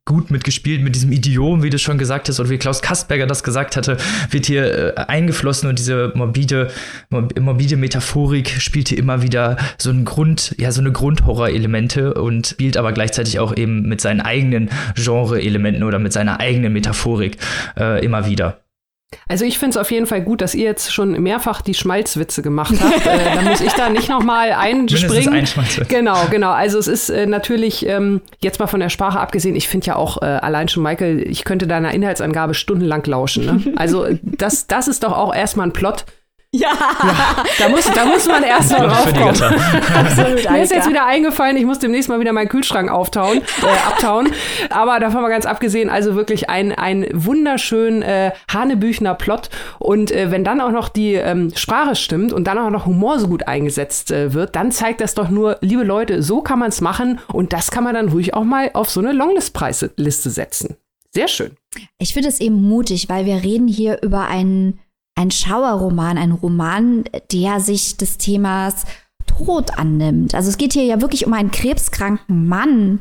gut mitgespielt mit diesem Idiom, wie du schon gesagt hast, oder wie Klaus Kastberger das gesagt hatte, wird hier äh, eingeflossen und diese morbide, morbide Metaphorik spielt hier immer wieder so ein Grund, ja, so eine Grundhorror-Elemente und spielt aber gleichzeitig auch eben mit seinen eigenen Genre-Elementen oder mit seiner eigenen Metaphorik äh, immer wieder. Also ich finde es auf jeden Fall gut, dass ihr jetzt schon mehrfach die Schmalzwitze gemacht habt. äh, da muss ich da nicht noch mal einspringen. Ein Schmalzwitz. Genau, genau. Also es ist äh, natürlich, ähm, jetzt mal von der Sprache abgesehen, ich finde ja auch äh, allein schon, Michael, ich könnte deiner Inhaltsangabe stundenlang lauschen. Ne? Also das, das ist doch auch erstmal ein Plot. Ja. ja, da muss, da muss man erst mal draufkommen. Absolut. Mir ist jetzt wieder eingefallen, ich muss demnächst mal wieder meinen Kühlschrank auftauen, äh, abtauen. Aber davon mal ganz abgesehen, also wirklich ein, ein wunderschön äh, hanebüchener Plot. Und äh, wenn dann auch noch die ähm, Sprache stimmt und dann auch noch Humor so gut eingesetzt äh, wird, dann zeigt das doch nur, liebe Leute, so kann man es machen. Und das kann man dann ruhig auch mal auf so eine Longlist-Preisliste setzen. Sehr schön. Ich finde es eben mutig, weil wir reden hier über einen Ein Schauerroman, ein Roman, der sich des Themas Tod annimmt. Also es geht hier ja wirklich um einen krebskranken Mann,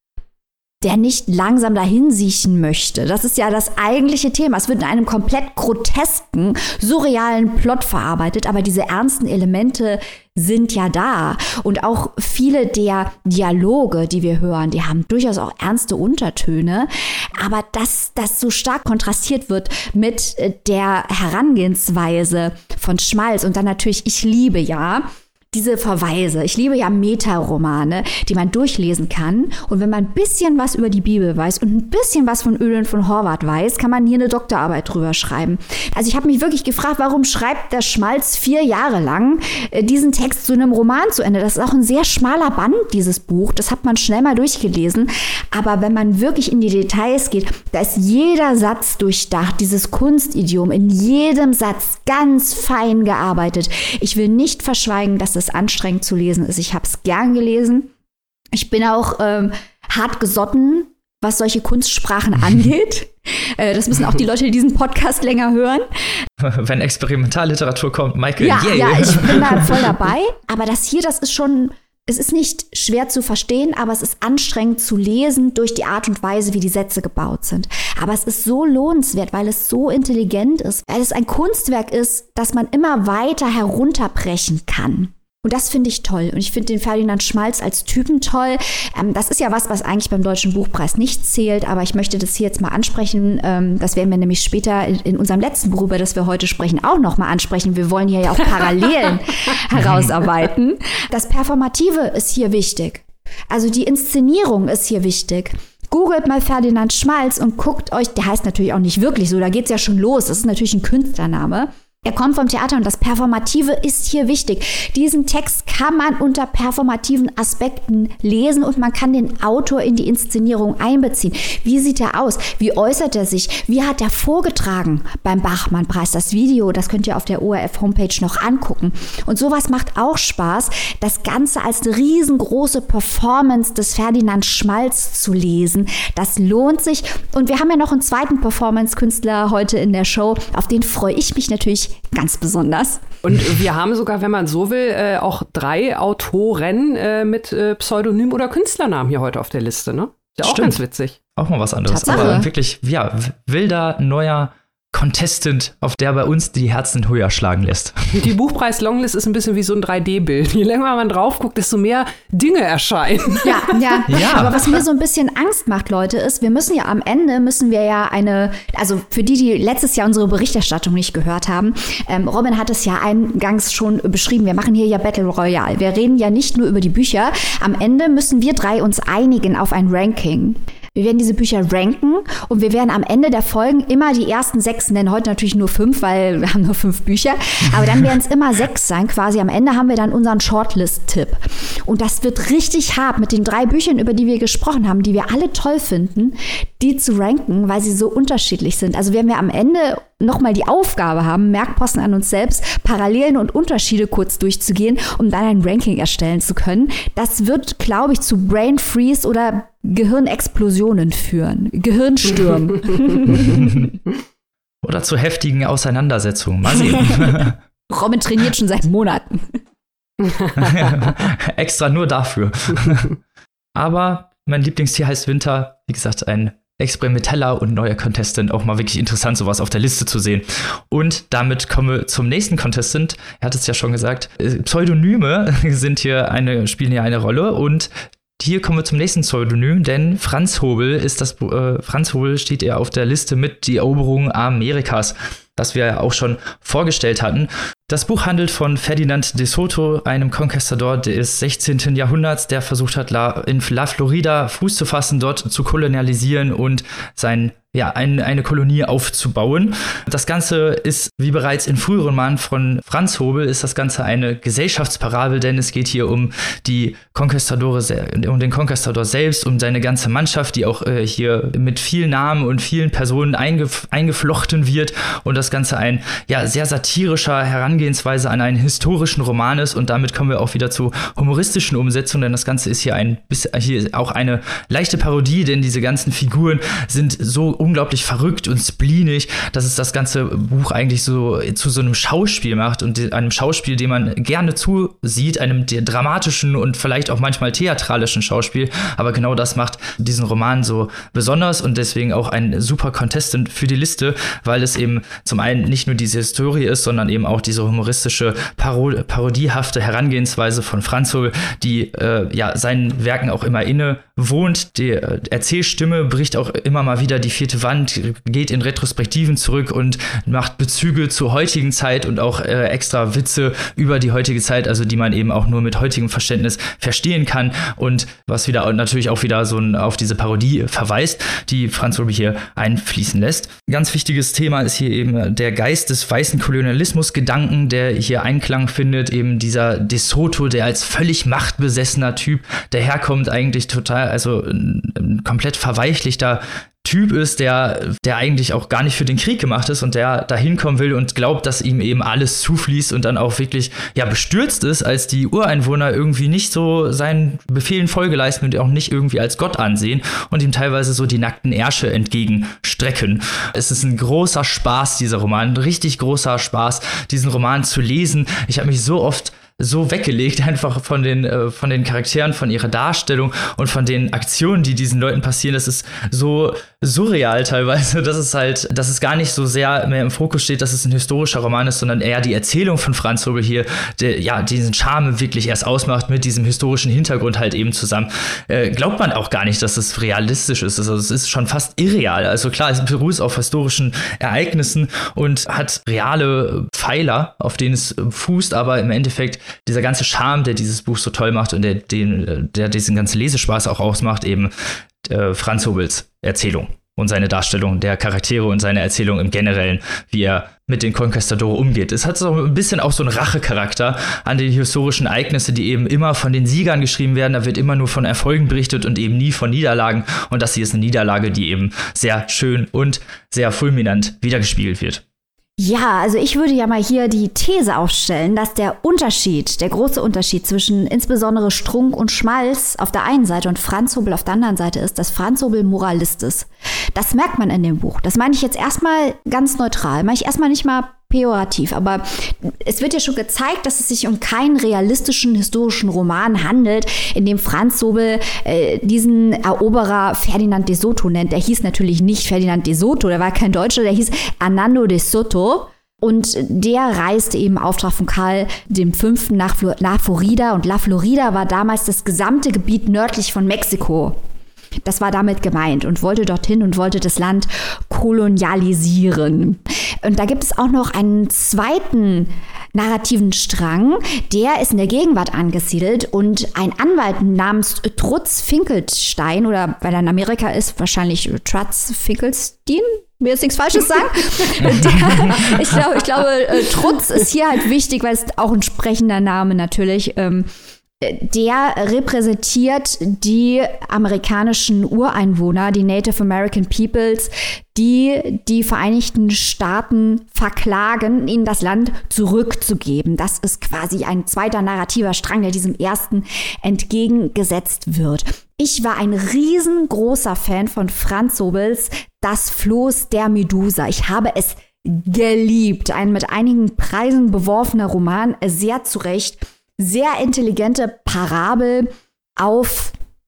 der nicht langsam dahinsiechen möchte. Das ist ja das eigentliche Thema. Es wird in einem komplett grotesken, surrealen Plot verarbeitet, aber diese ernsten Elemente sind ja da. Und auch viele der Dialoge, die wir hören, die haben durchaus auch ernste Untertöne. Aber dass das so stark kontrastiert wird mit der Herangehensweise von Schmalz und dann natürlich, ich liebe ja diese Verweise. Ich liebe ja Metaromane, die man durchlesen kann. Und wenn man ein bisschen was über die Bibel weiß und ein bisschen was von Ölen von Horvath weiß, kann man hier eine Doktorarbeit drüber schreiben. Also ich habe mich wirklich gefragt, warum schreibt der Schmalz vier Jahre lang äh, diesen Text zu einem Roman zu Ende? Das ist auch ein sehr schmaler Band, dieses Buch. Das hat man schnell mal durchgelesen. Aber wenn man wirklich in die Details geht, da ist jeder Satz durchdacht, dieses Kunstidiom, in jedem Satz ganz fein gearbeitet. Ich will nicht verschweigen, dass das anstrengend zu lesen ist. Ich habe es gern gelesen. Ich bin auch ähm, hart gesotten, was solche Kunstsprachen angeht. äh, das müssen auch die Leute, die diesen Podcast länger hören. Wenn Experimentalliteratur kommt, Michael, ja, yeah. ja, ich bin da voll dabei. Aber das hier, das ist schon, es ist nicht schwer zu verstehen, aber es ist anstrengend zu lesen durch die Art und Weise, wie die Sätze gebaut sind. Aber es ist so lohnenswert, weil es so intelligent ist, weil es ein Kunstwerk ist, das man immer weiter herunterbrechen kann. Und das finde ich toll. Und ich finde den Ferdinand Schmalz als Typen toll. Ähm, das ist ja was, was eigentlich beim Deutschen Buchpreis nicht zählt. Aber ich möchte das hier jetzt mal ansprechen. Ähm, das werden wir nämlich später in, in unserem letzten Buch, über das wir heute sprechen, auch noch mal ansprechen. Wir wollen hier ja auch Parallelen herausarbeiten. Das Performative ist hier wichtig. Also die Inszenierung ist hier wichtig. Googelt mal Ferdinand Schmalz und guckt euch, der heißt natürlich auch nicht wirklich so, da geht's ja schon los. Das ist natürlich ein Künstlername. Er kommt vom Theater und das Performative ist hier wichtig. Diesen Text kann man unter performativen Aspekten lesen und man kann den Autor in die Inszenierung einbeziehen. Wie sieht er aus? Wie äußert er sich? Wie hat er vorgetragen beim Bachmann-Preis? Das Video, das könnt ihr auf der O R F-Homepage noch angucken. Und sowas macht auch Spaß, das Ganze als eine riesengroße Performance des Ferdinand Schmalz zu lesen. Das lohnt sich. Und wir haben ja noch einen zweiten Performance-Künstler heute in der Show. Auf den freue ich mich natürlich ganz besonders. Und wir haben sogar, wenn man so will, äh, auch drei Autoren äh, mit äh, Pseudonym oder Künstlernamen hier heute auf der Liste, ne? Ist ja auch Stimmt. ganz witzig. Auch mal was anderes. Tatsache. Aber wirklich, ja, wilder, neuer Contestant, auf der bei uns die Herzen höher schlagen lässt. Die Buchpreis-Longlist ist ein bisschen wie so ein drei D Bild. Je länger man drauf guckt, desto mehr Dinge erscheinen. Ja, ja, Ja. Aber was mir so ein bisschen Angst macht, Leute, ist, wir müssen ja am Ende, müssen wir ja eine, also für die, die letztes Jahr unsere Berichterstattung nicht gehört haben, ähm, Robin hat es ja eingangs schon beschrieben, wir machen hier ja Battle Royale. Wir reden ja nicht nur über die Bücher. Am Ende müssen wir drei uns einigen auf ein Ranking. Wir werden diese Bücher ranken und wir werden am Ende der Folgen immer die ersten sechs nennen. Heute natürlich nur fünf, weil wir haben nur fünf Bücher. Aber dann werden es immer sechs sein. Quasi am Ende haben wir dann unseren Shortlist-Tipp. Und das wird richtig hart mit den drei Büchern, über die wir gesprochen haben, die wir alle toll finden, die zu ranken, weil sie so unterschiedlich sind. Also werden wir am Ende nochmal die Aufgabe haben, Merkposten an uns selbst, Parallelen und Unterschiede kurz durchzugehen, um dann ein Ranking erstellen zu können. Das wird, glaube ich, zu Brain Freeze oder Gehirnexplosionen führen. Gehirnstürmen. Oder zu heftigen Auseinandersetzungen. Mal sehen. Robin trainiert schon seit Monaten. Extra nur dafür. Aber mein Lieblingstier heißt Winter. wie gesagt, ein experimenteller und neuer Contestant, auch mal wirklich interessant, sowas auf der Liste zu sehen. Und damit kommen wir zum nächsten Contestant. Er hat es ja schon gesagt, Pseudonyme sind hier eine, spielen hier eine Rolle und hier kommen wir zum nächsten Pseudonym, denn Franz Hobel ist das, äh, Franz Hobel steht ja auf der Liste mit Die Eroberung Amerikas, das wir ja auch schon vorgestellt hatten. Das Buch handelt von Ferdinand de Soto, einem Conquistador des sechzehnten Jahrhunderts, der versucht hat, in La Florida Fuß zu fassen, dort zu kolonialisieren und sein ja, ein, eine Kolonie aufzubauen. Das Ganze ist, wie bereits in früheren Romanen von Franz Hobel, ist das Ganze eine Gesellschaftsparabel, denn es geht hier um die Conquistadore, um den Conquistador selbst, um seine ganze Mannschaft, die auch äh, hier mit vielen Namen und vielen Personen eingef- eingeflochten wird und das Ganze ein ja, sehr satirischer Herangehensweise an einen historischen Roman ist und damit kommen wir auch wieder zu humoristischen Umsetzungen, denn das Ganze ist hier, ein, hier ist auch eine leichte Parodie, denn diese ganzen Figuren sind so unglaublich verrückt und spleenig, dass es das ganze Buch eigentlich so zu so einem Schauspiel macht und einem Schauspiel, dem man gerne zusieht, einem dramatischen und vielleicht auch manchmal theatralischen Schauspiel, aber genau das macht diesen Roman so besonders und deswegen auch ein super Contestant für die Liste, weil es eben zum einen nicht nur diese Historie ist, sondern eben auch diese humoristische, paro- parodiehafte Herangehensweise von Franz Hobel, die äh, ja seinen Werken auch immer inne wohnt. Die äh, Erzählstimme bricht auch immer mal wieder die vierte Wand, geht in Retrospektiven zurück und macht Bezüge zur heutigen Zeit und auch äh, extra Witze über die heutige Zeit, also die man eben auch nur mit heutigem Verständnis verstehen kann und was wieder natürlich auch wieder so ein, auf diese Parodie verweist, die Franz Hobel hier einfließen lässt. Ein ganz wichtiges Thema ist hier eben der Geist des weißen Kolonialismus-Gedanken, der hier Einklang findet, eben dieser De Soto, der als völlig machtbesessener Typ daherkommt, eigentlich total, also ein, ein komplett verweichlichter Typ ist, der, der eigentlich auch gar nicht für den Krieg gemacht ist und der da hinkommen will und glaubt, dass ihm eben alles zufließt und dann auch wirklich ja bestürzt ist, als die Ureinwohner irgendwie nicht so seinen Befehlen Folge leisten und auch nicht irgendwie als Gott ansehen und ihm teilweise so die nackten Ärsche entgegenstrecken. Es ist ein großer Spaß, dieser Roman, ein richtig großer Spaß, diesen Roman zu lesen. Ich habe mich so oft so weggelegt, einfach von den, äh, von den Charakteren, von ihrer Darstellung und von den Aktionen, die diesen Leuten passieren. Das ist so surreal teilweise, dass es halt, dass es gar nicht so sehr mehr im Fokus steht, dass es ein historischer Roman ist, sondern eher die Erzählung von Franz Hobel hier, der ja diesen Charme wirklich erst ausmacht mit diesem historischen Hintergrund halt eben zusammen. Äh, glaubt man auch gar nicht, dass es realistisch ist. Also es ist schon fast irreal. Also klar, es beruht auf historischen Ereignissen und hat reale Pfeiler, auf denen es fußt, aber im Endeffekt dieser ganze Charme, der dieses Buch so toll macht und der, den, der diesen ganzen Lesespaß auch ausmacht, eben äh, Franz Hobels Erzählung und seine Darstellung der Charaktere und seine Erzählung im Generellen, wie er mit den Conquistadores umgeht. Es hat so ein bisschen auch so einen Rachecharakter an die historischen Ereignisse, die eben immer von den Siegern geschrieben werden. Da wird immer nur von Erfolgen berichtet und eben nie von Niederlagen. Und das hier ist eine Niederlage, die eben sehr schön und sehr fulminant wiedergespiegelt wird. Ja, also ich würde ja mal hier die These aufstellen, dass der Unterschied, der große Unterschied zwischen insbesondere Strunk und Schmalz auf der einen Seite und Franz Hobel auf der anderen Seite ist, dass Franz Hobel Moralist ist. Das merkt man in dem Buch. Das meine ich jetzt erstmal ganz neutral, meine ich erstmal nicht mal pejorativ, aber es wird ja schon gezeigt, dass es sich um keinen realistischen historischen Roman handelt, in dem Franz Hobel äh, diesen Eroberer Ferdinand de Soto nennt. Der hieß natürlich nicht Ferdinand de Soto, der war kein Deutscher, der hieß Hernando de Soto. Und der reiste eben im Auftrag von Karl dem Fünften nach La Florida. Und La Florida war damals das gesamte Gebiet nördlich von Mexiko. Das war damit gemeint und wollte dorthin und wollte das Land kolonialisieren. Und da gibt es auch noch einen zweiten narrativen Strang, der ist in der Gegenwart angesiedelt und ein Anwalt namens Trutz Finkelstein, oder weil er in Amerika ist, wahrscheinlich Trutz Finkelstein, will jetzt nichts Falsches sagen. der, ich glaube, ich glaube Trutz ist hier halt wichtig, weil es auch ein sprechender Name natürlich ähm, der repräsentiert die amerikanischen Ureinwohner, die Native American Peoples, die die Vereinigten Staaten verklagen, ihnen das Land zurückzugeben. Das ist quasi ein zweiter narrativer Strang, der diesem ersten entgegengesetzt wird. Ich war ein riesengroßer Fan von Franz Hobels Das Floß der Medusa. Ich habe es geliebt. Ein mit einigen Preisen beworfener Roman, sehr zu Recht. Sehr intelligente Parabel auf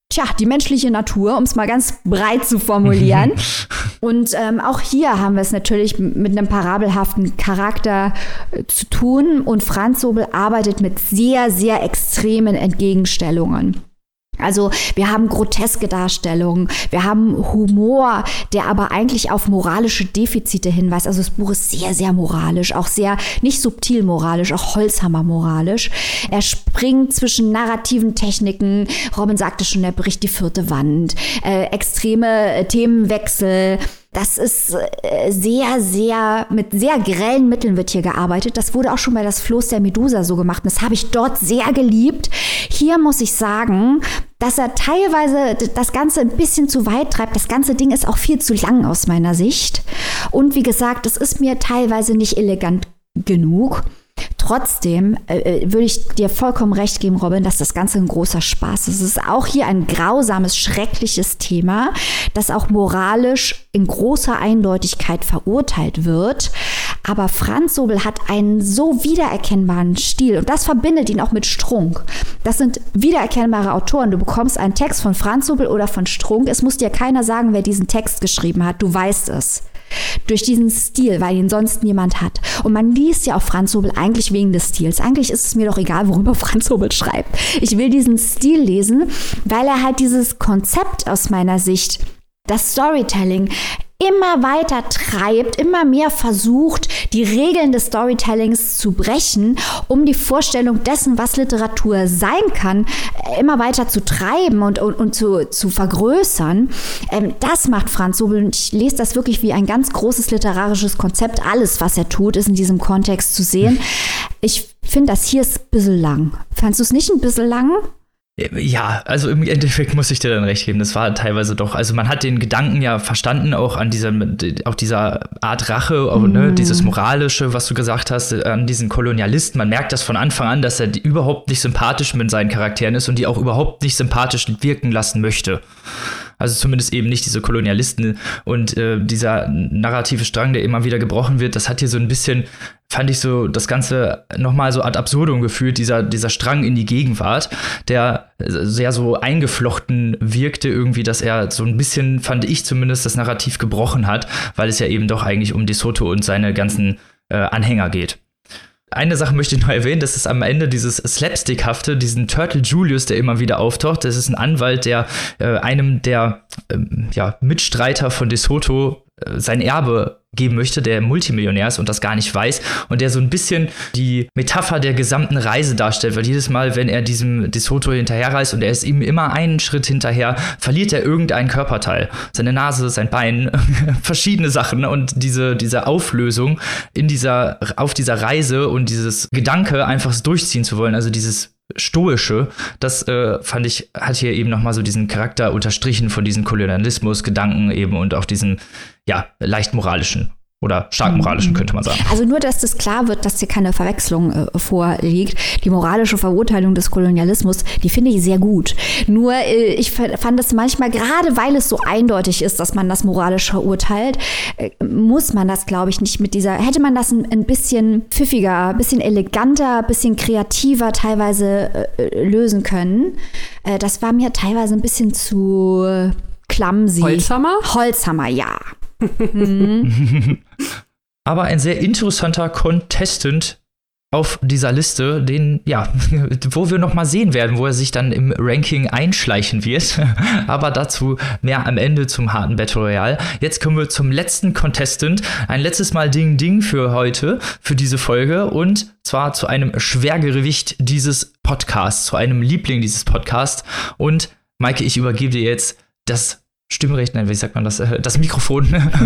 tja, die menschliche Natur, um es mal ganz breit zu formulieren. Und ähm, auch hier haben wir es natürlich mit einem parabelhaften Charakter äh, zu tun. Und Franz Sobel arbeitet mit sehr, sehr extremen Entgegenstellungen. Also wir haben groteske Darstellungen, wir haben Humor, der aber eigentlich auf moralische Defizite hinweist. Also das Buch ist sehr, sehr moralisch, auch sehr nicht subtil moralisch, auch Holzhammer moralisch. Er springt zwischen narrativen Techniken, Robin sagte schon, er bricht die vierte Wand, äh, extreme Themenwechsel. Das ist sehr, sehr, mit sehr grellen Mitteln wird hier gearbeitet. Das wurde auch schon bei Das Floß der Medusa so gemacht. Und das habe ich dort sehr geliebt. Hier muss ich sagen, dass er teilweise das Ganze ein bisschen zu weit treibt. Das ganze Ding ist auch viel zu lang aus meiner Sicht. Und wie gesagt, es ist mir teilweise nicht elegant genug. Trotzdem äh, würde ich dir vollkommen recht geben, Robin, dass das Ganze ein großer Spaß ist. Es ist auch hier ein grausames, schreckliches Thema, das auch moralisch in großer Eindeutigkeit verurteilt wird. Aber Franz Sobel hat einen so wiedererkennbaren Stil und das verbindet ihn auch mit Strunk. Das sind wiedererkennbare Autoren. Du bekommst einen Text von Franz Sobel oder von Strunk. Es muss dir keiner sagen, wer diesen Text geschrieben hat. Du weißt es. Durch diesen Stil, weil ihn sonst niemand hat. Und man liest ja auch Franz Sobel eigentlich wegen des Stils. Eigentlich ist es mir doch egal, worüber Franz Sobel schreibt. Ich will diesen Stil lesen, weil er halt dieses Konzept aus meiner Sicht, das Storytelling, immer weiter treibt, immer mehr versucht, die Regeln des Storytellings zu brechen, um die Vorstellung dessen, was Literatur sein kann, immer weiter zu treiben und, und, und zu, zu vergrößern. Ähm, das macht Franz Sobel und ich lese das wirklich wie ein ganz großes literarisches Konzept. Alles, was er tut, ist in diesem Kontext zu sehen. Ich finde, das hier ist ein bisschen lang. Fandst du es nicht ein bisschen lang? Ja, also im Endeffekt muss ich dir dann recht geben, das war teilweise doch, also man hat den Gedanken ja verstanden, auch an dieser, auch dieser Art Rache, auch, mm. ne, dieses Moralische, was du gesagt hast, an diesen Kolonialisten, man merkt das von Anfang an, dass er überhaupt nicht sympathisch mit seinen Charakteren ist und die auch überhaupt nicht sympathisch wirken lassen möchte. Also zumindest eben nicht diese Kolonialisten und äh, dieser narrative Strang, der immer wieder gebrochen wird, das hat hier so ein bisschen, fand ich so das Ganze nochmal so ad absurdum gefühlt, dieser, dieser Strang in die Gegenwart, der sehr so eingeflochten wirkte irgendwie, dass er so ein bisschen, fand ich zumindest, das Narrativ gebrochen hat, weil es ja eben doch eigentlich um DeSoto und seine ganzen äh, Anhänger geht. Eine Sache möchte ich noch erwähnen, das ist am Ende dieses Slapstickhafte, diesen Turtle Julius, der immer wieder auftaucht. Das ist ein Anwalt, der äh, einem der ähm, ja, Mitstreiter von DeSoto äh, sein Erbe geben möchte, der Multimillionär ist und das gar nicht weiß und der so ein bisschen die Metapher der gesamten Reise darstellt, weil jedes Mal, wenn er diesem DeSoto hinterherreist und er ist ihm immer einen Schritt hinterher, verliert er irgendein Körperteil. Seine Nase, sein Bein, verschiedene Sachen und diese, diese Auflösung in dieser, auf dieser Reise und dieses Gedanke, einfach es durchziehen zu wollen, also dieses Stoische, das äh, fand ich, hat hier eben nochmal so diesen Charakter unterstrichen von diesen Kolonialismus-Gedanken eben und auch diesen, ja, leicht moralischen oder stark moralischen, könnte man sagen. Also nur, dass das klar wird, dass hier keine Verwechslung äh, vorliegt. Die moralische Verurteilung des Kolonialismus, die finde ich sehr gut. Nur äh, ich fand es manchmal, gerade weil es so eindeutig ist, dass man das moralisch verurteilt, äh, muss man das, glaube ich, nicht mit dieser, hätte man das ein, ein bisschen pfiffiger, ein bisschen eleganter, ein bisschen kreativer teilweise äh, lösen können. Äh, das war mir teilweise ein bisschen zu äh, clumsy. Holzhammer? Holzhammer, ja. mhm. Aber ein sehr interessanter Contestant auf dieser Liste, den, ja, wo wir noch mal sehen werden, wo er sich dann im Ranking einschleichen wird. Aber dazu mehr am Ende zum harten Battle Royale. Jetzt kommen wir zum letzten Contestant. Ein letztes Mal Ding Ding für heute, für diese Folge und zwar zu einem Schwergewicht dieses Podcasts, zu einem Liebling dieses Podcasts. Und Maike, ich übergebe dir jetzt das Stimmrecht, nein, wie sagt man das? Das Mikrofon.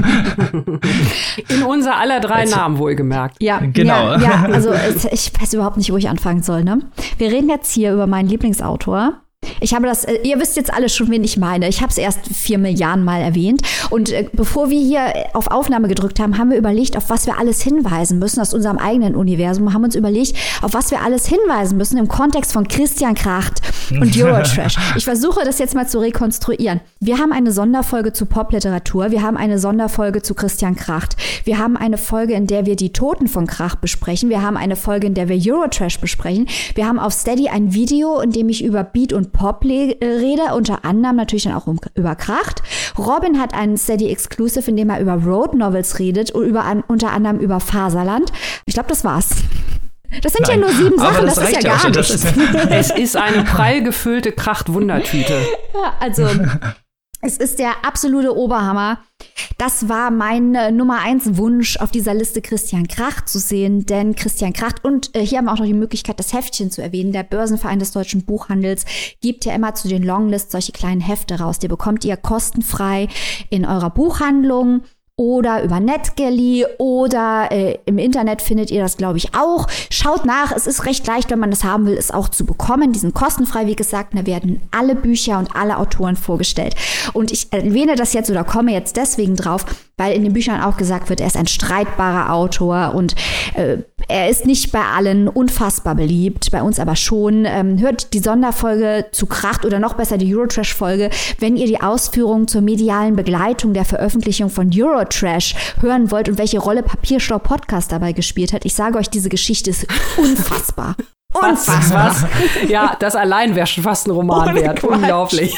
In unser aller drei Erzähl. Namen wohlgemerkt. Ja, genau. Ja, ja, also ich weiß überhaupt nicht, wo ich anfangen soll. Ne? Wir reden jetzt hier über meinen Lieblingsautor. Ich habe das, ihr wisst jetzt alle schon, wen ich meine. Ich habe es erst vier Milliarden Mal erwähnt. Und äh, bevor wir hier auf Aufnahme gedrückt haben, haben wir überlegt, auf was wir alles hinweisen müssen aus unserem eigenen Universum. Wir haben uns überlegt, auf was wir alles hinweisen müssen im Kontext von Christian Kracht. und Eurotrash. Ich versuche das jetzt mal zu rekonstruieren. Wir haben eine Sonderfolge zu Popliteratur, wir haben eine Sonderfolge zu Christian Kracht, wir haben eine Folge, in der wir die Toten von Kracht besprechen, wir haben eine Folge, in der wir Eurotrash besprechen, wir haben auf Steady ein Video, in dem ich über Beat und Pop le- rede, unter anderem natürlich dann auch um, über Kracht. Robin hat einen Steady Exclusive, in dem er über Road Novels redet und über, an, unter anderem über Faserland. Ich glaube, das war's. Das sind Nein, ja nur sieben Sachen, das, das ist ja gar nichts. Ist es ist eine prall gefüllte Kracht-Wundertüte. Ja, also es ist der absolute Oberhammer. Das war mein äh, Nummer eins Wunsch auf dieser Liste, Christian Kracht zu sehen. Denn Christian Kracht, und äh, hier haben wir auch noch die Möglichkeit, das Heftchen zu erwähnen. Der Börsenverein des deutschen Buchhandels gibt ja immer zu den Longlists solche kleinen Hefte raus. Die bekommt ihr kostenfrei in eurer Buchhandlung. Oder über NetGalley oder äh, im Internet findet ihr das, glaube ich, auch. Schaut nach, es ist recht leicht, wenn man das haben will, es auch zu bekommen. Die sind kostenfrei, wie gesagt, da werden alle Bücher und alle Autoren vorgestellt. Und ich erwähne das jetzt oder komme jetzt deswegen drauf, weil in den Büchern auch gesagt wird, er ist ein streitbarer Autor und äh, er ist nicht bei allen unfassbar beliebt, bei uns aber schon. Ähm, hört die Sonderfolge zu Kracht oder noch besser die Eurotrash-Folge, wenn ihr die Ausführungen zur medialen Begleitung der Veröffentlichung von Eurotrash hören wollt und welche Rolle Papierstau Podcast dabei gespielt hat. Ich sage euch, diese Geschichte ist unfassbar. Unfassbar. Was, was? Ja, das allein wäre schon fast ein Roman Ohne wert. Quatsch. Unglaublich.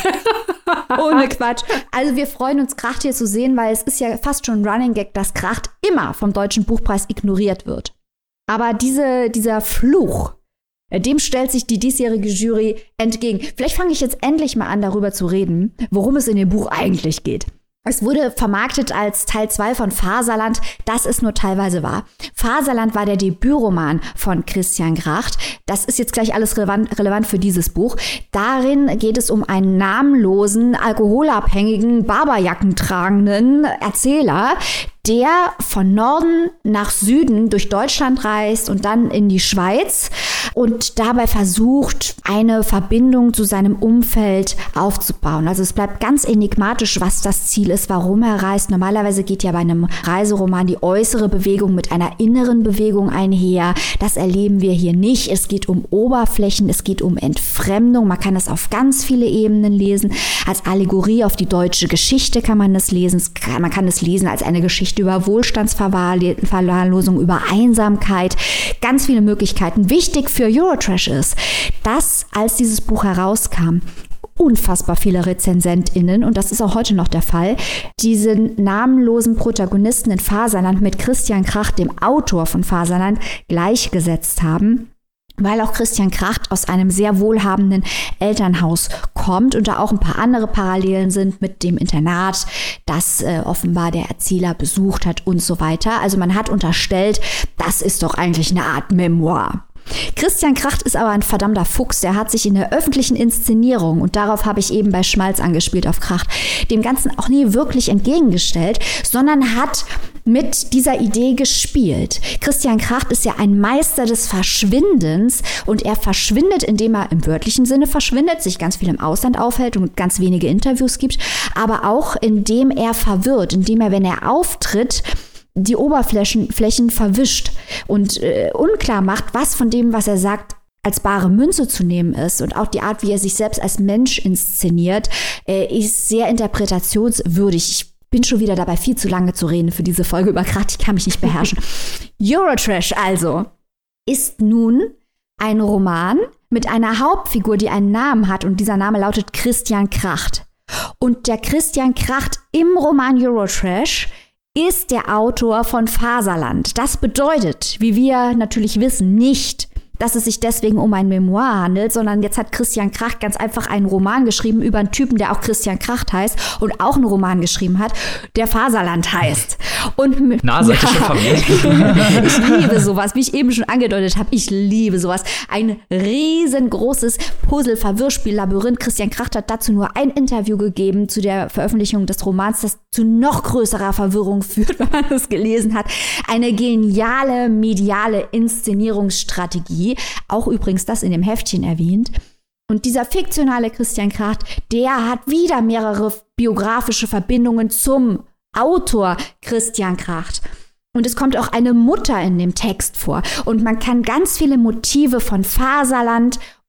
Ohne Quatsch. Also wir freuen uns, Kracht hier zu sehen, weil es ist ja fast schon ein Running Gag, dass Kracht immer vom Deutschen Buchpreis ignoriert wird. Aber diese, dieser Fluch, dem stellt sich die diesjährige Jury entgegen. Vielleicht fange ich jetzt endlich mal an, darüber zu reden, worum es in dem Buch eigentlich geht. Es wurde vermarktet als Teil zwei von Faserland. Das ist nur teilweise wahr. Faserland war der Debütroman von Christian Kracht. Das ist jetzt gleich alles relevant, relevant für dieses Buch. Darin geht es um einen namenlosen, alkoholabhängigen, Barberjacken tragenden Erzähler, der von Norden nach Süden durch Deutschland reist und dann in die Schweiz und dabei versucht, eine Verbindung zu seinem Umfeld aufzubauen. Also es bleibt ganz enigmatisch, was das Ziel ist, warum er reist. Normalerweise geht ja bei einem Reiseroman die äußere Bewegung mit einer inneren Bewegung einher. Das erleben wir hier nicht. Es geht um Oberflächen, es geht um Entfremdung. Man kann das auf ganz viele Ebenen lesen. Als Allegorie auf die deutsche Geschichte kann man das lesen. Man kann es lesen als eine Geschichte über Wohlstandsverwahrlosung, über Einsamkeit, ganz viele Möglichkeiten. Wichtig für Eurotrash ist, dass als dieses Buch herauskam, unfassbar viele RezensentInnen, und das ist auch heute noch der Fall, diesen namenlosen Protagonisten in Faserland mit Christian Kracht, dem Autor von Faserland, gleichgesetzt haben. Weil auch Christian Kracht aus einem sehr wohlhabenden Elternhaus kommt und da auch ein paar andere Parallelen sind mit dem Internat, das äh, offenbar der Erzähler besucht hat und so weiter. Also man hat unterstellt, das ist doch eigentlich eine Art Memoir. Christian Kracht ist aber ein verdammter Fuchs, der hat sich in der öffentlichen Inszenierung, und darauf habe ich eben bei Schmalz angespielt auf Kracht, dem Ganzen auch nie wirklich entgegengestellt, sondern hat mit dieser Idee gespielt. Christian Kracht ist ja ein Meister des Verschwindens und er verschwindet, indem er im wörtlichen Sinne verschwindet, sich ganz viel im Ausland aufhält und ganz wenige Interviews gibt, aber auch indem er verwirrt, indem er, wenn er auftritt, die Oberflächen Flächen verwischt und äh, unklar macht, was von dem, was er sagt, als bare Münze zu nehmen ist. Und auch die Art, wie er sich selbst als Mensch inszeniert, äh, ist sehr interpretationswürdig. Ich bin schon wieder dabei, viel zu lange zu reden für diese Folge über Kracht. Ich kann mich nicht beherrschen. Eurotrash also ist nun ein Roman mit einer Hauptfigur, die einen Namen hat, und dieser Name lautet Christian Kracht. Und der Christian Kracht im Roman Eurotrash ist der Autor von Faserland. Das bedeutet, wie wir natürlich wissen, nicht, dass es sich deswegen um ein Memoir handelt, sondern jetzt hat Christian Kracht ganz einfach einen Roman geschrieben über einen Typen, der auch Christian Kracht heißt und auch einen Roman geschrieben hat, der Faserland heißt. Und Na, seid ihr schon verwirrt? Ich liebe sowas, wie ich eben schon angedeutet habe, ich liebe sowas. Ein riesengroßes Puzzle-Verwirrspiel-Labyrinth. Christian Kracht hat dazu nur ein Interview gegeben zu der Veröffentlichung des Romans, das zu noch größerer Verwirrung führt, wenn man es gelesen hat. Eine geniale mediale Inszenierungsstrategie. Auch übrigens das in dem Heftchen erwähnt. Und dieser fiktionale Christian Kracht, der hat wieder mehrere biografische Verbindungen zum Autor Christian Kracht. Und es kommt auch eine Mutter in dem Text vor. Und man kann ganz viele Motive von Faserland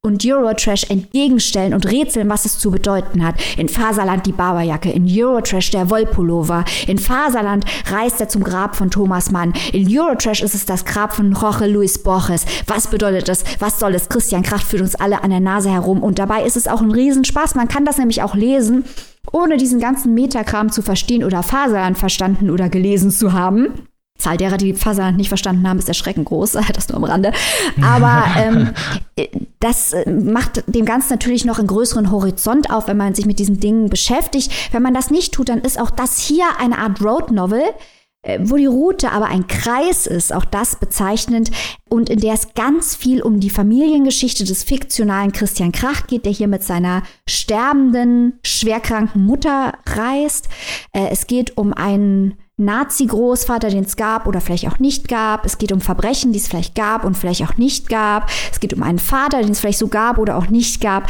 und Eurotrash entgegenstellen und rätseln, was es zu bedeuten hat. In Faserland die Barberjacke, in Eurotrash der Wollpullover, in Faserland reist er zum Grab von Thomas Mann, in Eurotrash ist es das Grab von Jorge Luis Borges. Was bedeutet das? Was soll es? Christian Kracht führt uns alle an der Nase herum und dabei ist es auch ein Riesenspaß. Man kann das nämlich auch lesen, ohne diesen ganzen Metakram zu verstehen oder Faserland verstanden oder gelesen zu haben. Die Zahl derer, die Faserland nicht verstanden haben, ist erschreckend groß, das nur am Rande. Aber ähm, das macht dem Ganzen natürlich noch einen größeren Horizont auf, wenn man sich mit diesen Dingen beschäftigt. Wenn man das nicht tut, dann ist auch das hier eine Art Road Novel, wo die Route aber ein Kreis ist, auch das bezeichnend, und in der es ganz viel um die Familiengeschichte des fiktionalen Christian Kracht geht, der hier mit seiner sterbenden, schwerkranken Mutter reist. Es geht um einen Nazi-Großvater, den es gab oder vielleicht auch nicht gab. Es geht um Verbrechen, die es vielleicht gab und vielleicht auch nicht gab. Es geht um einen Vater, den es vielleicht so gab oder auch nicht gab.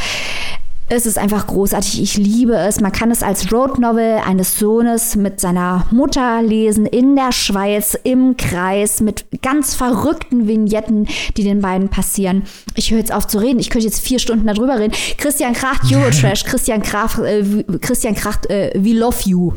Es ist einfach großartig. Ich liebe es. Man kann es als Road Novel eines Sohnes mit seiner Mutter lesen, in der Schweiz, im Kreis, mit ganz verrückten Vignetten, die den beiden passieren. Ich höre jetzt auf zu reden. Ich könnte jetzt vier Stunden darüber reden. Christian Kracht, Eurotrash. Christian Kracht, äh, Christian Kracht, äh, we love you.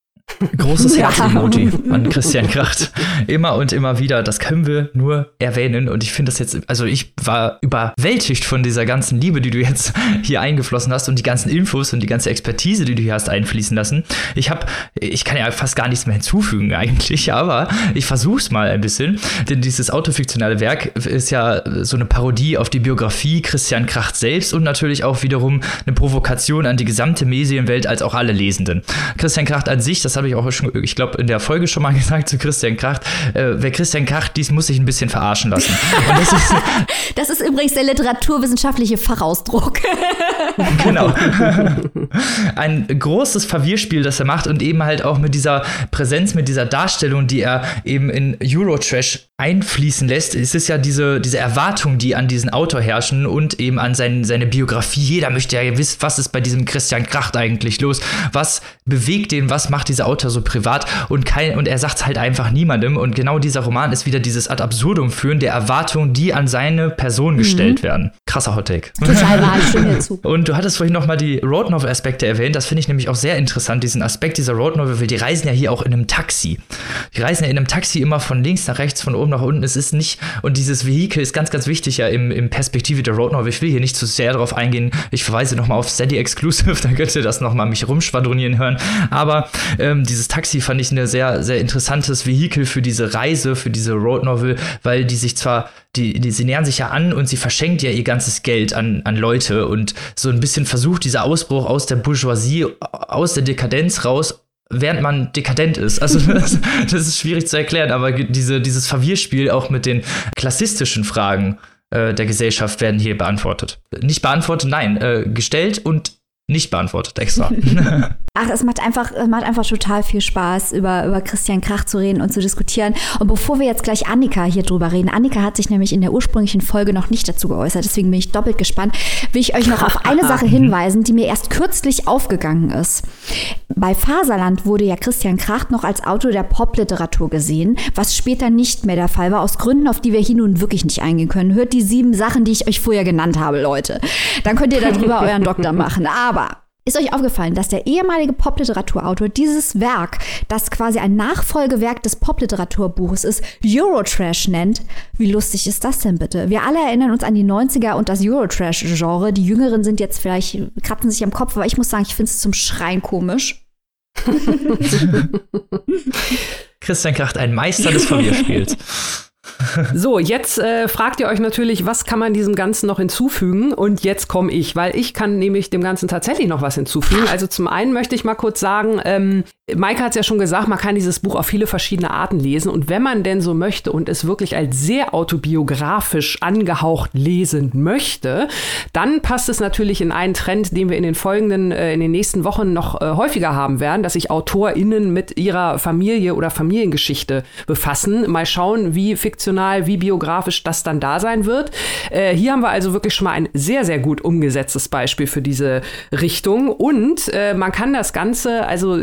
Großes Herz-Emoji an Christian Kracht. Immer und immer wieder. Das können wir nur erwähnen. Und ich finde das jetzt, also ich war überwältigt von dieser ganzen Liebe, die du jetzt hier eingeflossen hast und die ganzen Infos und die ganze Expertise, die du hier hast einfließen lassen. Ich habe, ich kann ja fast gar nichts mehr hinzufügen eigentlich, aber ich versuch's mal ein bisschen. Denn dieses autofiktionale Werk ist ja so eine Parodie auf die Biografie Christian Kracht selbst und natürlich auch wiederum eine Provokation an die gesamte Medienwelt als auch alle Lesenden. Christian Kracht an sich, das habe ich auch schon, ich glaube, in der Folge schon mal gesagt zu Christian Kracht, äh, wer Christian Kracht dies muss sich ein bisschen verarschen lassen. Und das, ist, das ist übrigens der literaturwissenschaftliche Fachausdruck. Genau. Ein großes Verwirrspiel, das er macht und eben halt auch mit dieser Präsenz, mit dieser Darstellung, die er eben in Eurotrash einfließen lässt. Es ist ja diese, diese Erwartung, die an diesen Autor herrschen und eben an sein, seine Biografie. Jeder möchte ja wissen, was ist bei diesem Christian Kracht eigentlich los? Was bewegt den? Was macht dieser Autor so privat? Und, kein, und er sagt es halt einfach niemandem. Und genau dieser Roman ist wieder dieses Ad absurdum führen der Erwartungen, die an seine Person mhm. gestellt werden. Krasser Hottake. Total wahr, ich stimme dazu. Und du hattest vorhin noch mal die Road Novel Aspekte erwähnt. Das finde ich nämlich auch sehr interessant, diesen Aspekt dieser Road Novel, weil die reisen ja hier auch in einem Taxi. Die reisen ja in einem Taxi immer von links nach rechts, von oben nach unten. Es ist nicht, und dieses Vehikel ist ganz, ganz wichtig ja im, im Perspektive der Road Novel. Ich will hier nicht zu sehr darauf eingehen. Ich verweise noch mal auf Steady Exclusive, da könnt ihr das noch mal mich rumschwadronieren hören. Aber ähm, dieses Taxi fand ich ein sehr, sehr interessantes Vehikel für diese Reise, für diese Road Novel, weil die sich zwar, die, die sie nähern sich ja an und sie verschenkt ja ihr ganzes Geld an, an Leute und so ein bisschen versucht, dieser Ausbruch aus der Bourgeoisie, aus der Dekadenz raus, während man dekadent ist. Also das, das ist schwierig zu erklären, aber diese, dieses Verwirrspiel auch mit den klassistischen Fragen äh, der Gesellschaft werden hier beantwortet. Nicht beantwortet, nein, äh, gestellt und nicht beantwortet extra. Ach, es macht einfach, es macht einfach total viel Spaß, über, über Christian Kracht zu reden und zu diskutieren. Und bevor wir jetzt gleich Annika hier drüber reden, Annika hat sich nämlich in der ursprünglichen Folge noch nicht dazu geäußert, deswegen bin ich doppelt gespannt, will ich euch noch auf eine Sache hinweisen, die mir erst kürzlich aufgegangen ist. Bei Faserland wurde ja Christian Kracht noch als Autor der Popliteratur gesehen, was später nicht mehr der Fall war, aus Gründen, auf die wir hier nun wirklich nicht eingehen können. Hört die sieben Sachen, die ich euch vorher genannt habe, Leute. Dann könnt ihr darüber euren Doktor machen. Aber ist euch aufgefallen, dass der ehemalige Popliteraturautor dieses Werk, das quasi ein Nachfolgewerk des Popliteraturbuches ist, Eurotrash nennt? Wie lustig ist das denn bitte? Wir alle erinnern uns an die neunziger und das Eurotrash-Genre. Die Jüngeren sind jetzt vielleicht, kratzen sich am Kopf, aber ich muss sagen, ich finde es zum Schreien komisch. Christian Kracht, ein Meister des Verwirrspiels. So, jetzt äh, fragt ihr euch natürlich, was kann man diesem Ganzen noch hinzufügen? Und jetzt komme ich, weil ich kann nämlich dem Ganzen tatsächlich noch was hinzufügen. Also zum einen möchte ich mal kurz sagen, ähm, Maike hat es ja schon gesagt, man kann dieses Buch auf viele verschiedene Arten lesen. Und wenn man denn so möchte und es wirklich als sehr autobiografisch angehaucht lesen möchte, dann passt es natürlich in einen Trend, den wir in den folgenden, äh, in den nächsten Wochen noch äh, häufiger haben werden, dass sich AutorInnen mit ihrer Familie oder Familiengeschichte befassen. Mal schauen, wie fiktional, wie biografisch das dann da sein wird. Äh, hier haben wir also wirklich schon mal ein sehr, sehr gut umgesetztes Beispiel für diese Richtung. Und äh, man kann das Ganze, also eine Verwirrung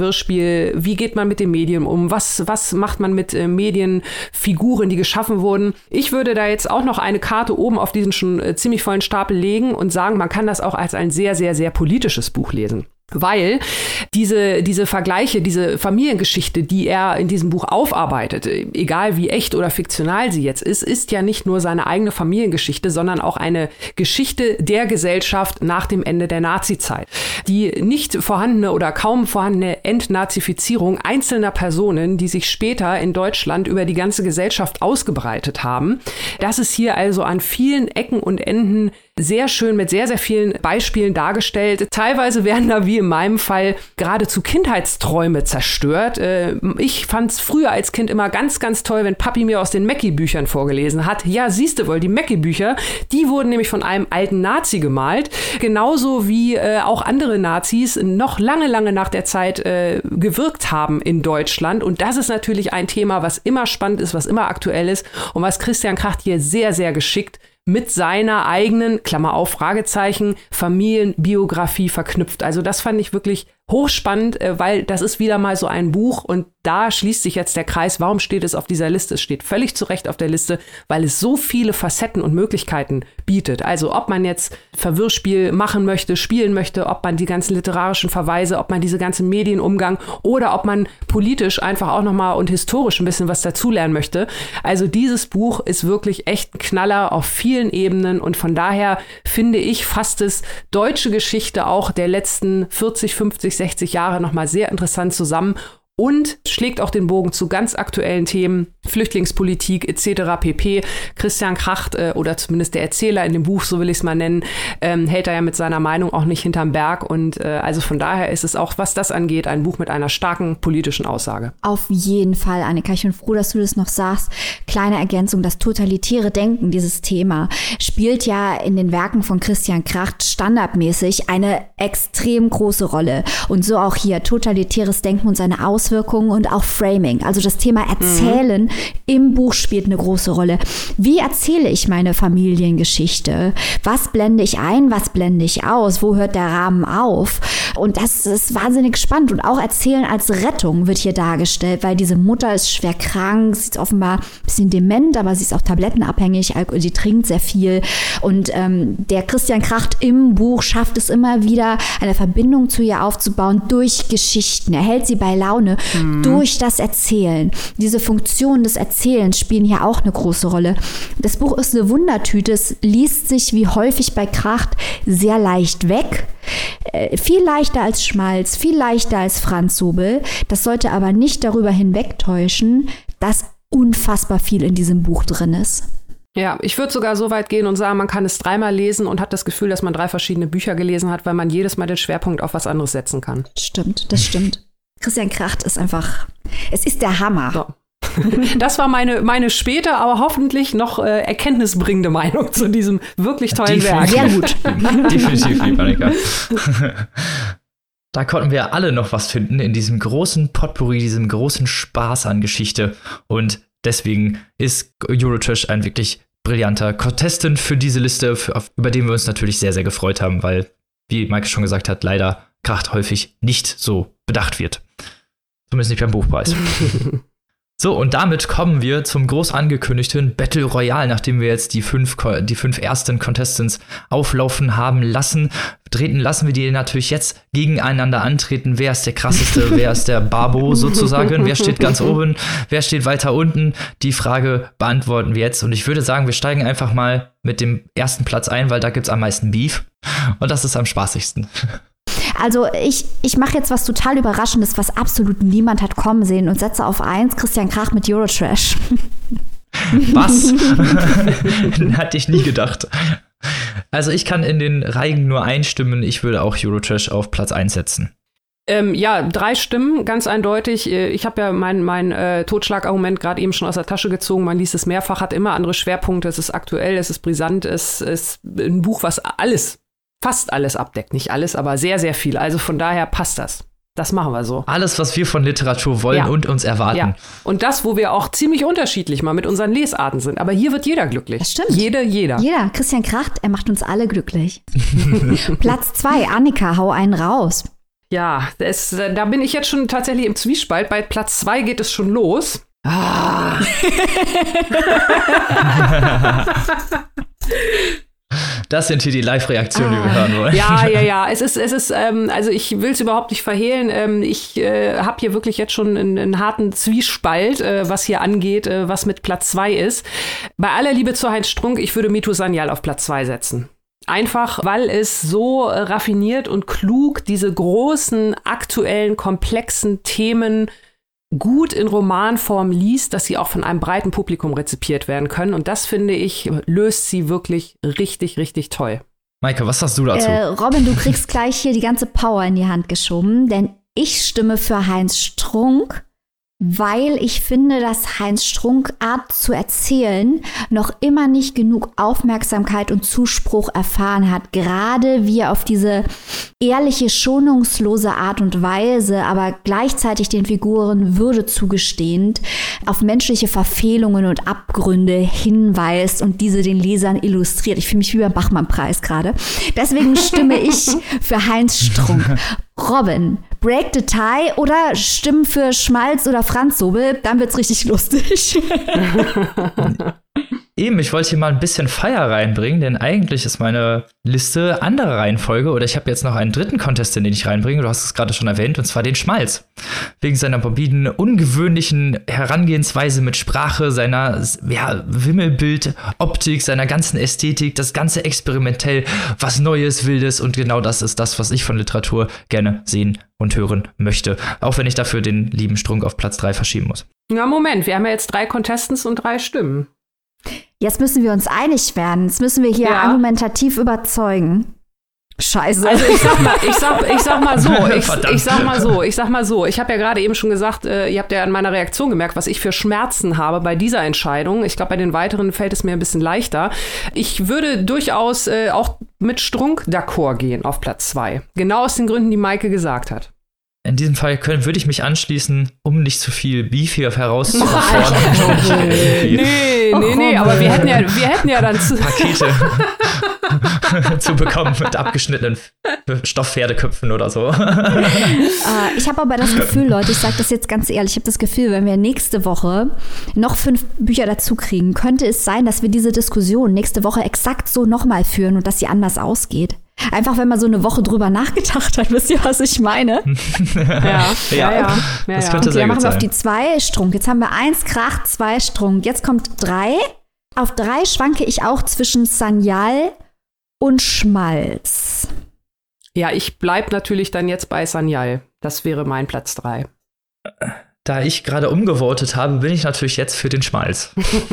Verwirrspiel, wie geht man mit den Medien um, was, was macht man mit äh, Medienfiguren, die geschaffen wurden. Ich würde da jetzt auch noch eine Karte oben auf diesen schon äh, ziemlich vollen Stapel legen und sagen, man kann das auch als ein sehr, sehr, sehr politisches Buch lesen. Weil diese, diese Vergleiche, diese Familiengeschichte, die er in diesem Buch aufarbeitet, egal wie echt oder fiktional sie jetzt ist, ist ja nicht nur seine eigene Familiengeschichte, sondern auch eine Geschichte der Gesellschaft nach dem Ende der Nazizeit. Die nicht vorhandene oder kaum vorhandene Entnazifizierung einzelner Personen, die sich später in Deutschland über die ganze Gesellschaft ausgebreitet haben. Das ist hier also an vielen Ecken und Enden sehr schön mit sehr, sehr vielen Beispielen dargestellt. Teilweise werden da, wie in meinem Fall, geradezu Kindheitsträume zerstört. Ich fand es früher als Kind immer ganz, ganz toll, wenn Papi mir aus den Mackie-Büchern vorgelesen hat. Ja, siehst du wohl, die Mackie-Bücher, die wurden nämlich von einem alten Nazi gemalt. Genauso wie äh, auch andere Nazis noch lange, lange nach der Zeit äh, gewirkt haben in Deutschland. Und das ist natürlich ein Thema, was immer spannend ist, was immer aktuell ist und was Christian Kracht hier sehr, sehr geschickt mit seiner eigenen, Klammer auf, Fragezeichen, Familienbiografie verknüpft. Also das fand ich wirklich hochspannend, weil das ist wieder mal so ein Buch und da schließt sich jetzt der Kreis. Warum steht es auf dieser Liste? Es steht völlig zu Recht auf der Liste, weil es so viele Facetten und Möglichkeiten bietet. Also ob man jetzt Verwirrspiel machen möchte, spielen möchte, ob man die ganzen literarischen Verweise, ob man diese ganzen Medienumgang oder ob man politisch einfach auch nochmal und historisch ein bisschen was dazulernen möchte. Also dieses Buch ist wirklich echt ein Knaller auf vielen Ebenen und von daher finde ich, fasst es deutsche Geschichte auch der letzten vierzig, fünfzig, sechzig Jahre nochmal sehr interessant zusammen und schlägt auch den Bogen zu ganz aktuellen Themen, Flüchtlingspolitik et cetera pp. Christian Kracht äh, oder zumindest der Erzähler in dem Buch, so will ich es mal nennen, ähm, hält er ja mit seiner Meinung auch nicht hinterm Berg und äh, also von daher ist es auch, was das angeht, ein Buch mit einer starken politischen Aussage. Auf jeden Fall, Annika. Ich bin froh, dass du das noch sagst. Kleine Ergänzung, das totalitäre Denken, dieses Thema, spielt ja in den Werken von Christian Kracht standardmäßig eine extrem große Rolle. Und so auch hier totalitäres Denken und seine Auswirkungen und auch Framing. Also das Thema Erzählen mhm. im Buch spielt eine große Rolle. Wie erzähle ich meine Familiengeschichte? Was blende ich ein? Was blende ich aus? Wo hört der Rahmen auf? Und das ist wahnsinnig spannend. Und auch Erzählen als Rettung wird hier dargestellt, weil diese Mutter ist schwer krank, sie ist offenbar ein bisschen dement, aber sie ist auch tablettenabhängig, sie trinkt sehr viel. Und ähm, der Christian Kracht im Buch schafft es immer wieder, eine Verbindung zu ihr aufzubauen durch Geschichten. Er hält sie bei Laune mhm. durch das Erzählen. Diese Funktionen des Erzählens spielen hier auch eine große Rolle. Das Buch ist eine Wundertüte. Es liest sich wie häufig bei Kracht sehr leicht weg. Äh, viel leichter als Schmalz, viel leichter als Franz Sobel. Das sollte aber nicht darüber hinwegtäuschen, dass unfassbar viel in diesem Buch drin ist. Ja, ich würde sogar so weit gehen und sagen, man kann es dreimal lesen und hat das Gefühl, dass man drei verschiedene Bücher gelesen hat, weil man jedes Mal den Schwerpunkt auf was anderes setzen kann. Stimmt, das stimmt. Christian Kracht ist einfach, es ist der Hammer. So. Das war meine, meine später, aber hoffentlich noch äh, erkenntnisbringende Meinung zu diesem wirklich tollen Werk. Sehr gut. Definitiv, liebe Annika. Da konnten wir alle noch was finden in diesem großen Potpourri, diesem großen Spaß an Geschichte. Und deswegen ist Eurotrash ein wirklich brillanter Contestant für diese Liste, für, über den wir uns natürlich sehr, sehr gefreut haben, weil, wie Maike schon gesagt hat, leider Kracht häufig nicht so bedacht wird. Zumindest nicht beim Buchpreis. So, und damit kommen wir zum groß angekündigten Battle Royale, nachdem wir jetzt die fünf, die fünf ersten Contestants auflaufen haben lassen. Treten lassen wir die natürlich jetzt gegeneinander antreten. Wer ist der krasseste? Wer ist der Barbo sozusagen? Wer steht ganz oben? Wer steht weiter unten? Die Frage beantworten wir jetzt. Und ich würde sagen, wir steigen einfach mal mit dem ersten Platz ein, weil da gibt's am meisten Beef. Und das ist am spaßigsten. Also ich, ich mache jetzt was total Überraschendes, was absolut niemand hat kommen sehen und setze auf eins Christian Kracht mit Eurotrash. Was? Hatte ich nie gedacht. Also ich kann in den Reigen nur einstimmen. Ich würde auch Eurotrash auf Platz eins setzen. Ähm, ja, drei Stimmen, ganz eindeutig. Ich habe ja mein, mein äh, Totschlagargument gerade eben schon aus der Tasche gezogen. Man liest es mehrfach, hat immer andere Schwerpunkte. Es ist aktuell, es ist brisant, es ist ein Buch, was alles fast alles abdeckt. Nicht alles, aber sehr, sehr viel. Also von daher passt das. Das machen wir so. Alles, was wir von Literatur wollen ja. und uns erwarten. Ja. Und das, wo wir auch ziemlich unterschiedlich mal mit unseren Lesarten sind. Aber hier wird jeder glücklich. Das stimmt. Jeder, jeder. Jeder. Christian Kracht, er macht uns alle glücklich. Platz zwei, Annika, hau einen raus. Ja, das, da bin ich jetzt schon tatsächlich im Zwiespalt. Bei Platz zwei geht es schon los. Ah. Das sind hier die Live-Reaktionen, ah. die wir hören wollen. Ja, ja, ja. Es ist, es ist, ähm, also ich will es überhaupt nicht verhehlen. Ähm, ich äh, habe hier wirklich jetzt schon einen, einen harten Zwiespalt, äh, was hier angeht, äh, was mit Platz zwei ist. Bei aller Liebe zu Heinz Strunk, ich würde Mito Sanyal auf Platz zwei setzen. Einfach, weil es so äh, raffiniert und klug diese großen, aktuellen, komplexen Themen gut in Romanform liest, dass sie auch von einem breiten Publikum rezipiert werden können. Und das, finde ich, löst sie wirklich richtig, richtig toll. Maike, was sagst du dazu? Äh, Robin, du kriegst gleich hier die ganze Power in die Hand geschoben, denn ich stimme für Heinz Strunk, weil ich finde, dass Heinz Strunk Art zu erzählen noch immer nicht genug Aufmerksamkeit und Zuspruch erfahren hat. Gerade wie er auf diese ehrliche, schonungslose Art und Weise, aber gleichzeitig den Figuren Würde zugestehend, auf menschliche Verfehlungen und Abgründe hinweist und diese den Lesern illustriert. Ich fühle mich wie beim Bachmann-Preis gerade. Deswegen stimme ich für Heinz Strunk. Robin, break the tie oder stimmen für Schmalz oder Franz Sobel, dann wird's richtig lustig. Eben, ich wollte hier mal ein bisschen Feier reinbringen, denn eigentlich ist meine Liste andere Reihenfolge oder ich habe jetzt noch einen dritten Contest, den ich reinbringe, du hast es gerade schon erwähnt, und zwar den Schmalz. Wegen seiner morbiden, ungewöhnlichen Herangehensweise mit Sprache, seiner ja, Wimmelbild, Optik, seiner ganzen Ästhetik, das Ganze experimentell, was Neues, Wildes, und genau das ist das, was ich von Literatur gerne sehen und hören möchte. Auch wenn ich dafür den lieben Strunk auf Platz drei verschieben muss. Ja, Moment, wir haben ja jetzt drei Contestants und drei Stimmen. Jetzt müssen wir uns einig werden. Jetzt müssen wir hier ja. argumentativ überzeugen. Scheiße. Also ich sag mal, ich sag, ich sag mal so, ich, ich sag mal so, ich sag mal so, ich habe ja gerade eben schon gesagt, äh, ihr habt ja an meiner Reaktion gemerkt, was ich für Schmerzen habe bei dieser Entscheidung. Ich glaube, bei den weiteren fällt es mir ein bisschen leichter. Ich würde durchaus äh, auch mit Strunk d'accord gehen auf Platz zwei. Genau aus den Gründen, die Maike gesagt hat. In diesem Fall können, würde ich mich anschließen, um nicht zu viel Beef hier herauszufordern. nee, nee, nee, nee, aber wir hätten ja, wir hätten ja dann zu Pakete zu bekommen mit abgeschnittenen Stoffpferdeköpfen oder so. Uh, ich habe aber das Gefühl, Leute, ich sage das jetzt ganz ehrlich, ich habe das Gefühl, wenn wir nächste Woche noch fünf Bücher dazu kriegen, könnte es sein, dass wir diese Diskussion nächste Woche exakt so nochmal führen und dass sie anders ausgeht. Einfach, wenn man so eine Woche drüber nachgedacht hat, wisst ihr, was ich meine? ja, ja, ja. ja, das ja. könnte sehr okay, gut machen wir sein. auf die zwei Strunk. Jetzt haben wir eins Krach, zwei Strunk. Jetzt kommt drei. Auf drei schwanke ich auch zwischen Sanyal und Schmalz. Ja, ich bleib natürlich dann jetzt bei Sanyal. Das wäre mein Platz drei. Da ich gerade umgevotet habe, bin ich natürlich jetzt für den Schmalz.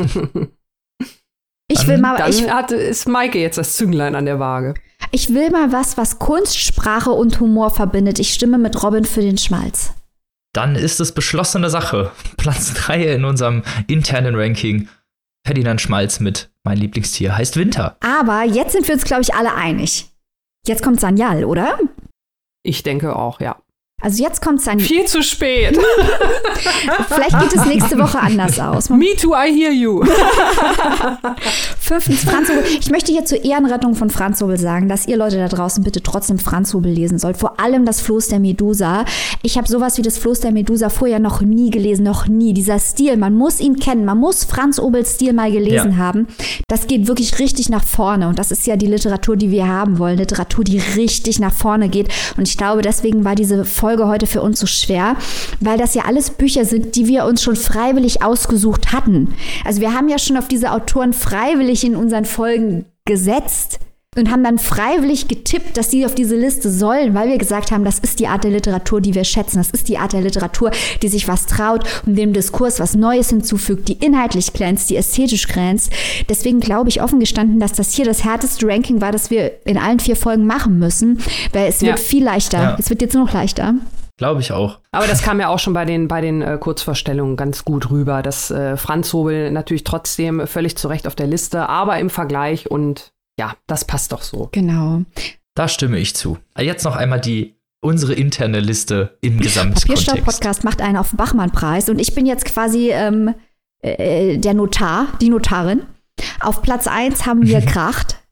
Ich will mal, dann ich, hat, ist Maike jetzt das Zünglein an der Waage. ich will mal was, was Kunst, Sprache und Humor verbindet. Ich stimme mit Robin für den Schmalz. Dann ist es beschlossene Sache. Platz drei in unserem internen Ranking. Ferdinand Schmalz mit Mein Lieblingstier heißt Winter. Aber jetzt sind wir uns, glaube ich, alle einig. Jetzt kommt Sanyal, oder? Ich denke auch, ja. Also jetzt kommt Sanyal. Viel zu spät. Vielleicht geht es nächste Woche anders aus. Me too, I hear you. Fünftens, Franz Hobel. Ich möchte hier zur Ehrenrettung von Franz Hobel sagen, dass ihr Leute da draußen bitte trotzdem Franz Hobel lesen sollt. Vor allem das Floß der Medusa. Ich habe sowas wie das Floß der Medusa vorher noch nie gelesen, noch nie. Dieser Stil, man muss ihn kennen, man muss Franz Hobels Stil mal gelesen ja. haben. Das geht wirklich richtig nach vorne und das ist ja die Literatur, die wir haben wollen. Literatur, die richtig nach vorne geht. Und ich glaube, deswegen war diese Folge heute für uns so schwer, weil das ja alles Bücher sind, die wir uns schon freiwillig ausgesucht hatten. Also wir haben ja schon auf diese Autoren freiwillig in unseren Folgen gesetzt und haben dann freiwillig getippt, dass sie auf diese Liste sollen, weil wir gesagt haben, das ist die Art der Literatur, die wir schätzen. Das ist die Art der Literatur, die sich was traut und dem Diskurs was Neues hinzufügt, die inhaltlich glänzt, die ästhetisch glänzt. Deswegen glaube ich offen gestanden, dass das hier das härteste Ranking war, das wir in allen vier Folgen machen müssen, weil es wird ja. viel leichter. Ja. Es wird jetzt noch leichter. Glaube ich auch. Aber das kam ja auch schon bei den, bei den äh, Kurzvorstellungen ganz gut rüber, dass äh, Franz Hobel natürlich trotzdem völlig zu Recht auf der Liste, aber im Vergleich und ja, das passt doch so. Genau. Da stimme ich zu. Jetzt noch einmal die unsere interne Liste im Gesamtkontext. Papierstau-Podcast macht einen auf den Bachmann-Preis und ich bin jetzt quasi ähm, äh, der Notar, die Notarin. Auf Platz eins haben wir Kracht.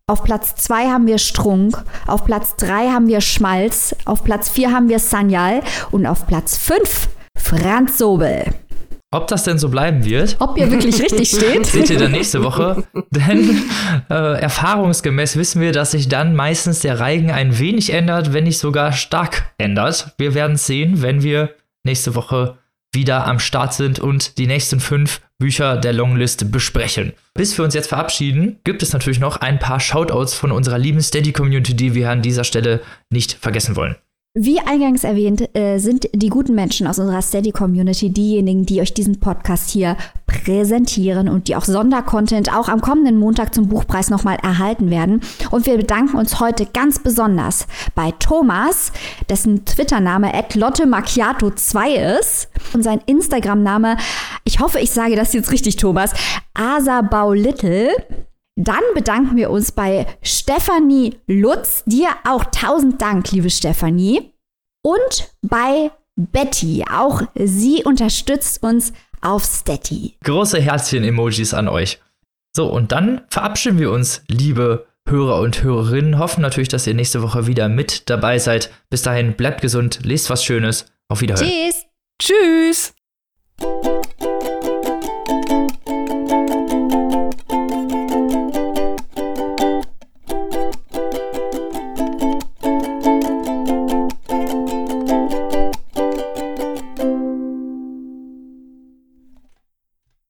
Auf Platz zwei haben wir Strunk. Auf Platz drei haben wir Schmalz. Auf Platz vier haben wir Sanjal. Und auf Platz fünf Franz Sobel. Ob das denn so bleiben wird? Ob ihr wirklich richtig steht? Seht ihr dann nächste Woche. Denn äh, erfahrungsgemäß wissen wir, dass sich dann meistens der Reigen ein wenig ändert, wenn nicht sogar stark ändert. Wir werden es sehen, wenn wir nächste Woche wieder am Start sind und die nächsten fünf Bücher der Longlist besprechen. Bis wir uns jetzt verabschieden, gibt es natürlich noch ein paar Shoutouts von unserer lieben Steady-Community, die wir an dieser Stelle nicht vergessen wollen. Wie eingangs erwähnt, äh, sind die guten Menschen aus unserer Steady-Community diejenigen, die euch diesen Podcast hier präsentieren und die auch Sondercontent auch am kommenden Montag zum Buchpreis nochmal erhalten werden. Und wir bedanken uns heute ganz besonders bei Thomas, dessen Twitter-Name at lotte macchiato zwei ist und sein Instagram-Name, ich hoffe, ich sage das jetzt richtig, Thomas, asabaulittle. Dann bedanken wir uns bei Stefanie Lutz, dir auch tausend Dank, liebe Stefanie. Und bei Betty, auch sie unterstützt uns auf Steady. Große Herzchen-Emojis an euch. So, und dann verabschieden wir uns, liebe Hörer und Hörerinnen. Hoffen natürlich, dass ihr nächste Woche wieder mit dabei seid. Bis dahin, bleibt gesund, lest was Schönes. Auf Wiederhören. Tschüss. Tschüss.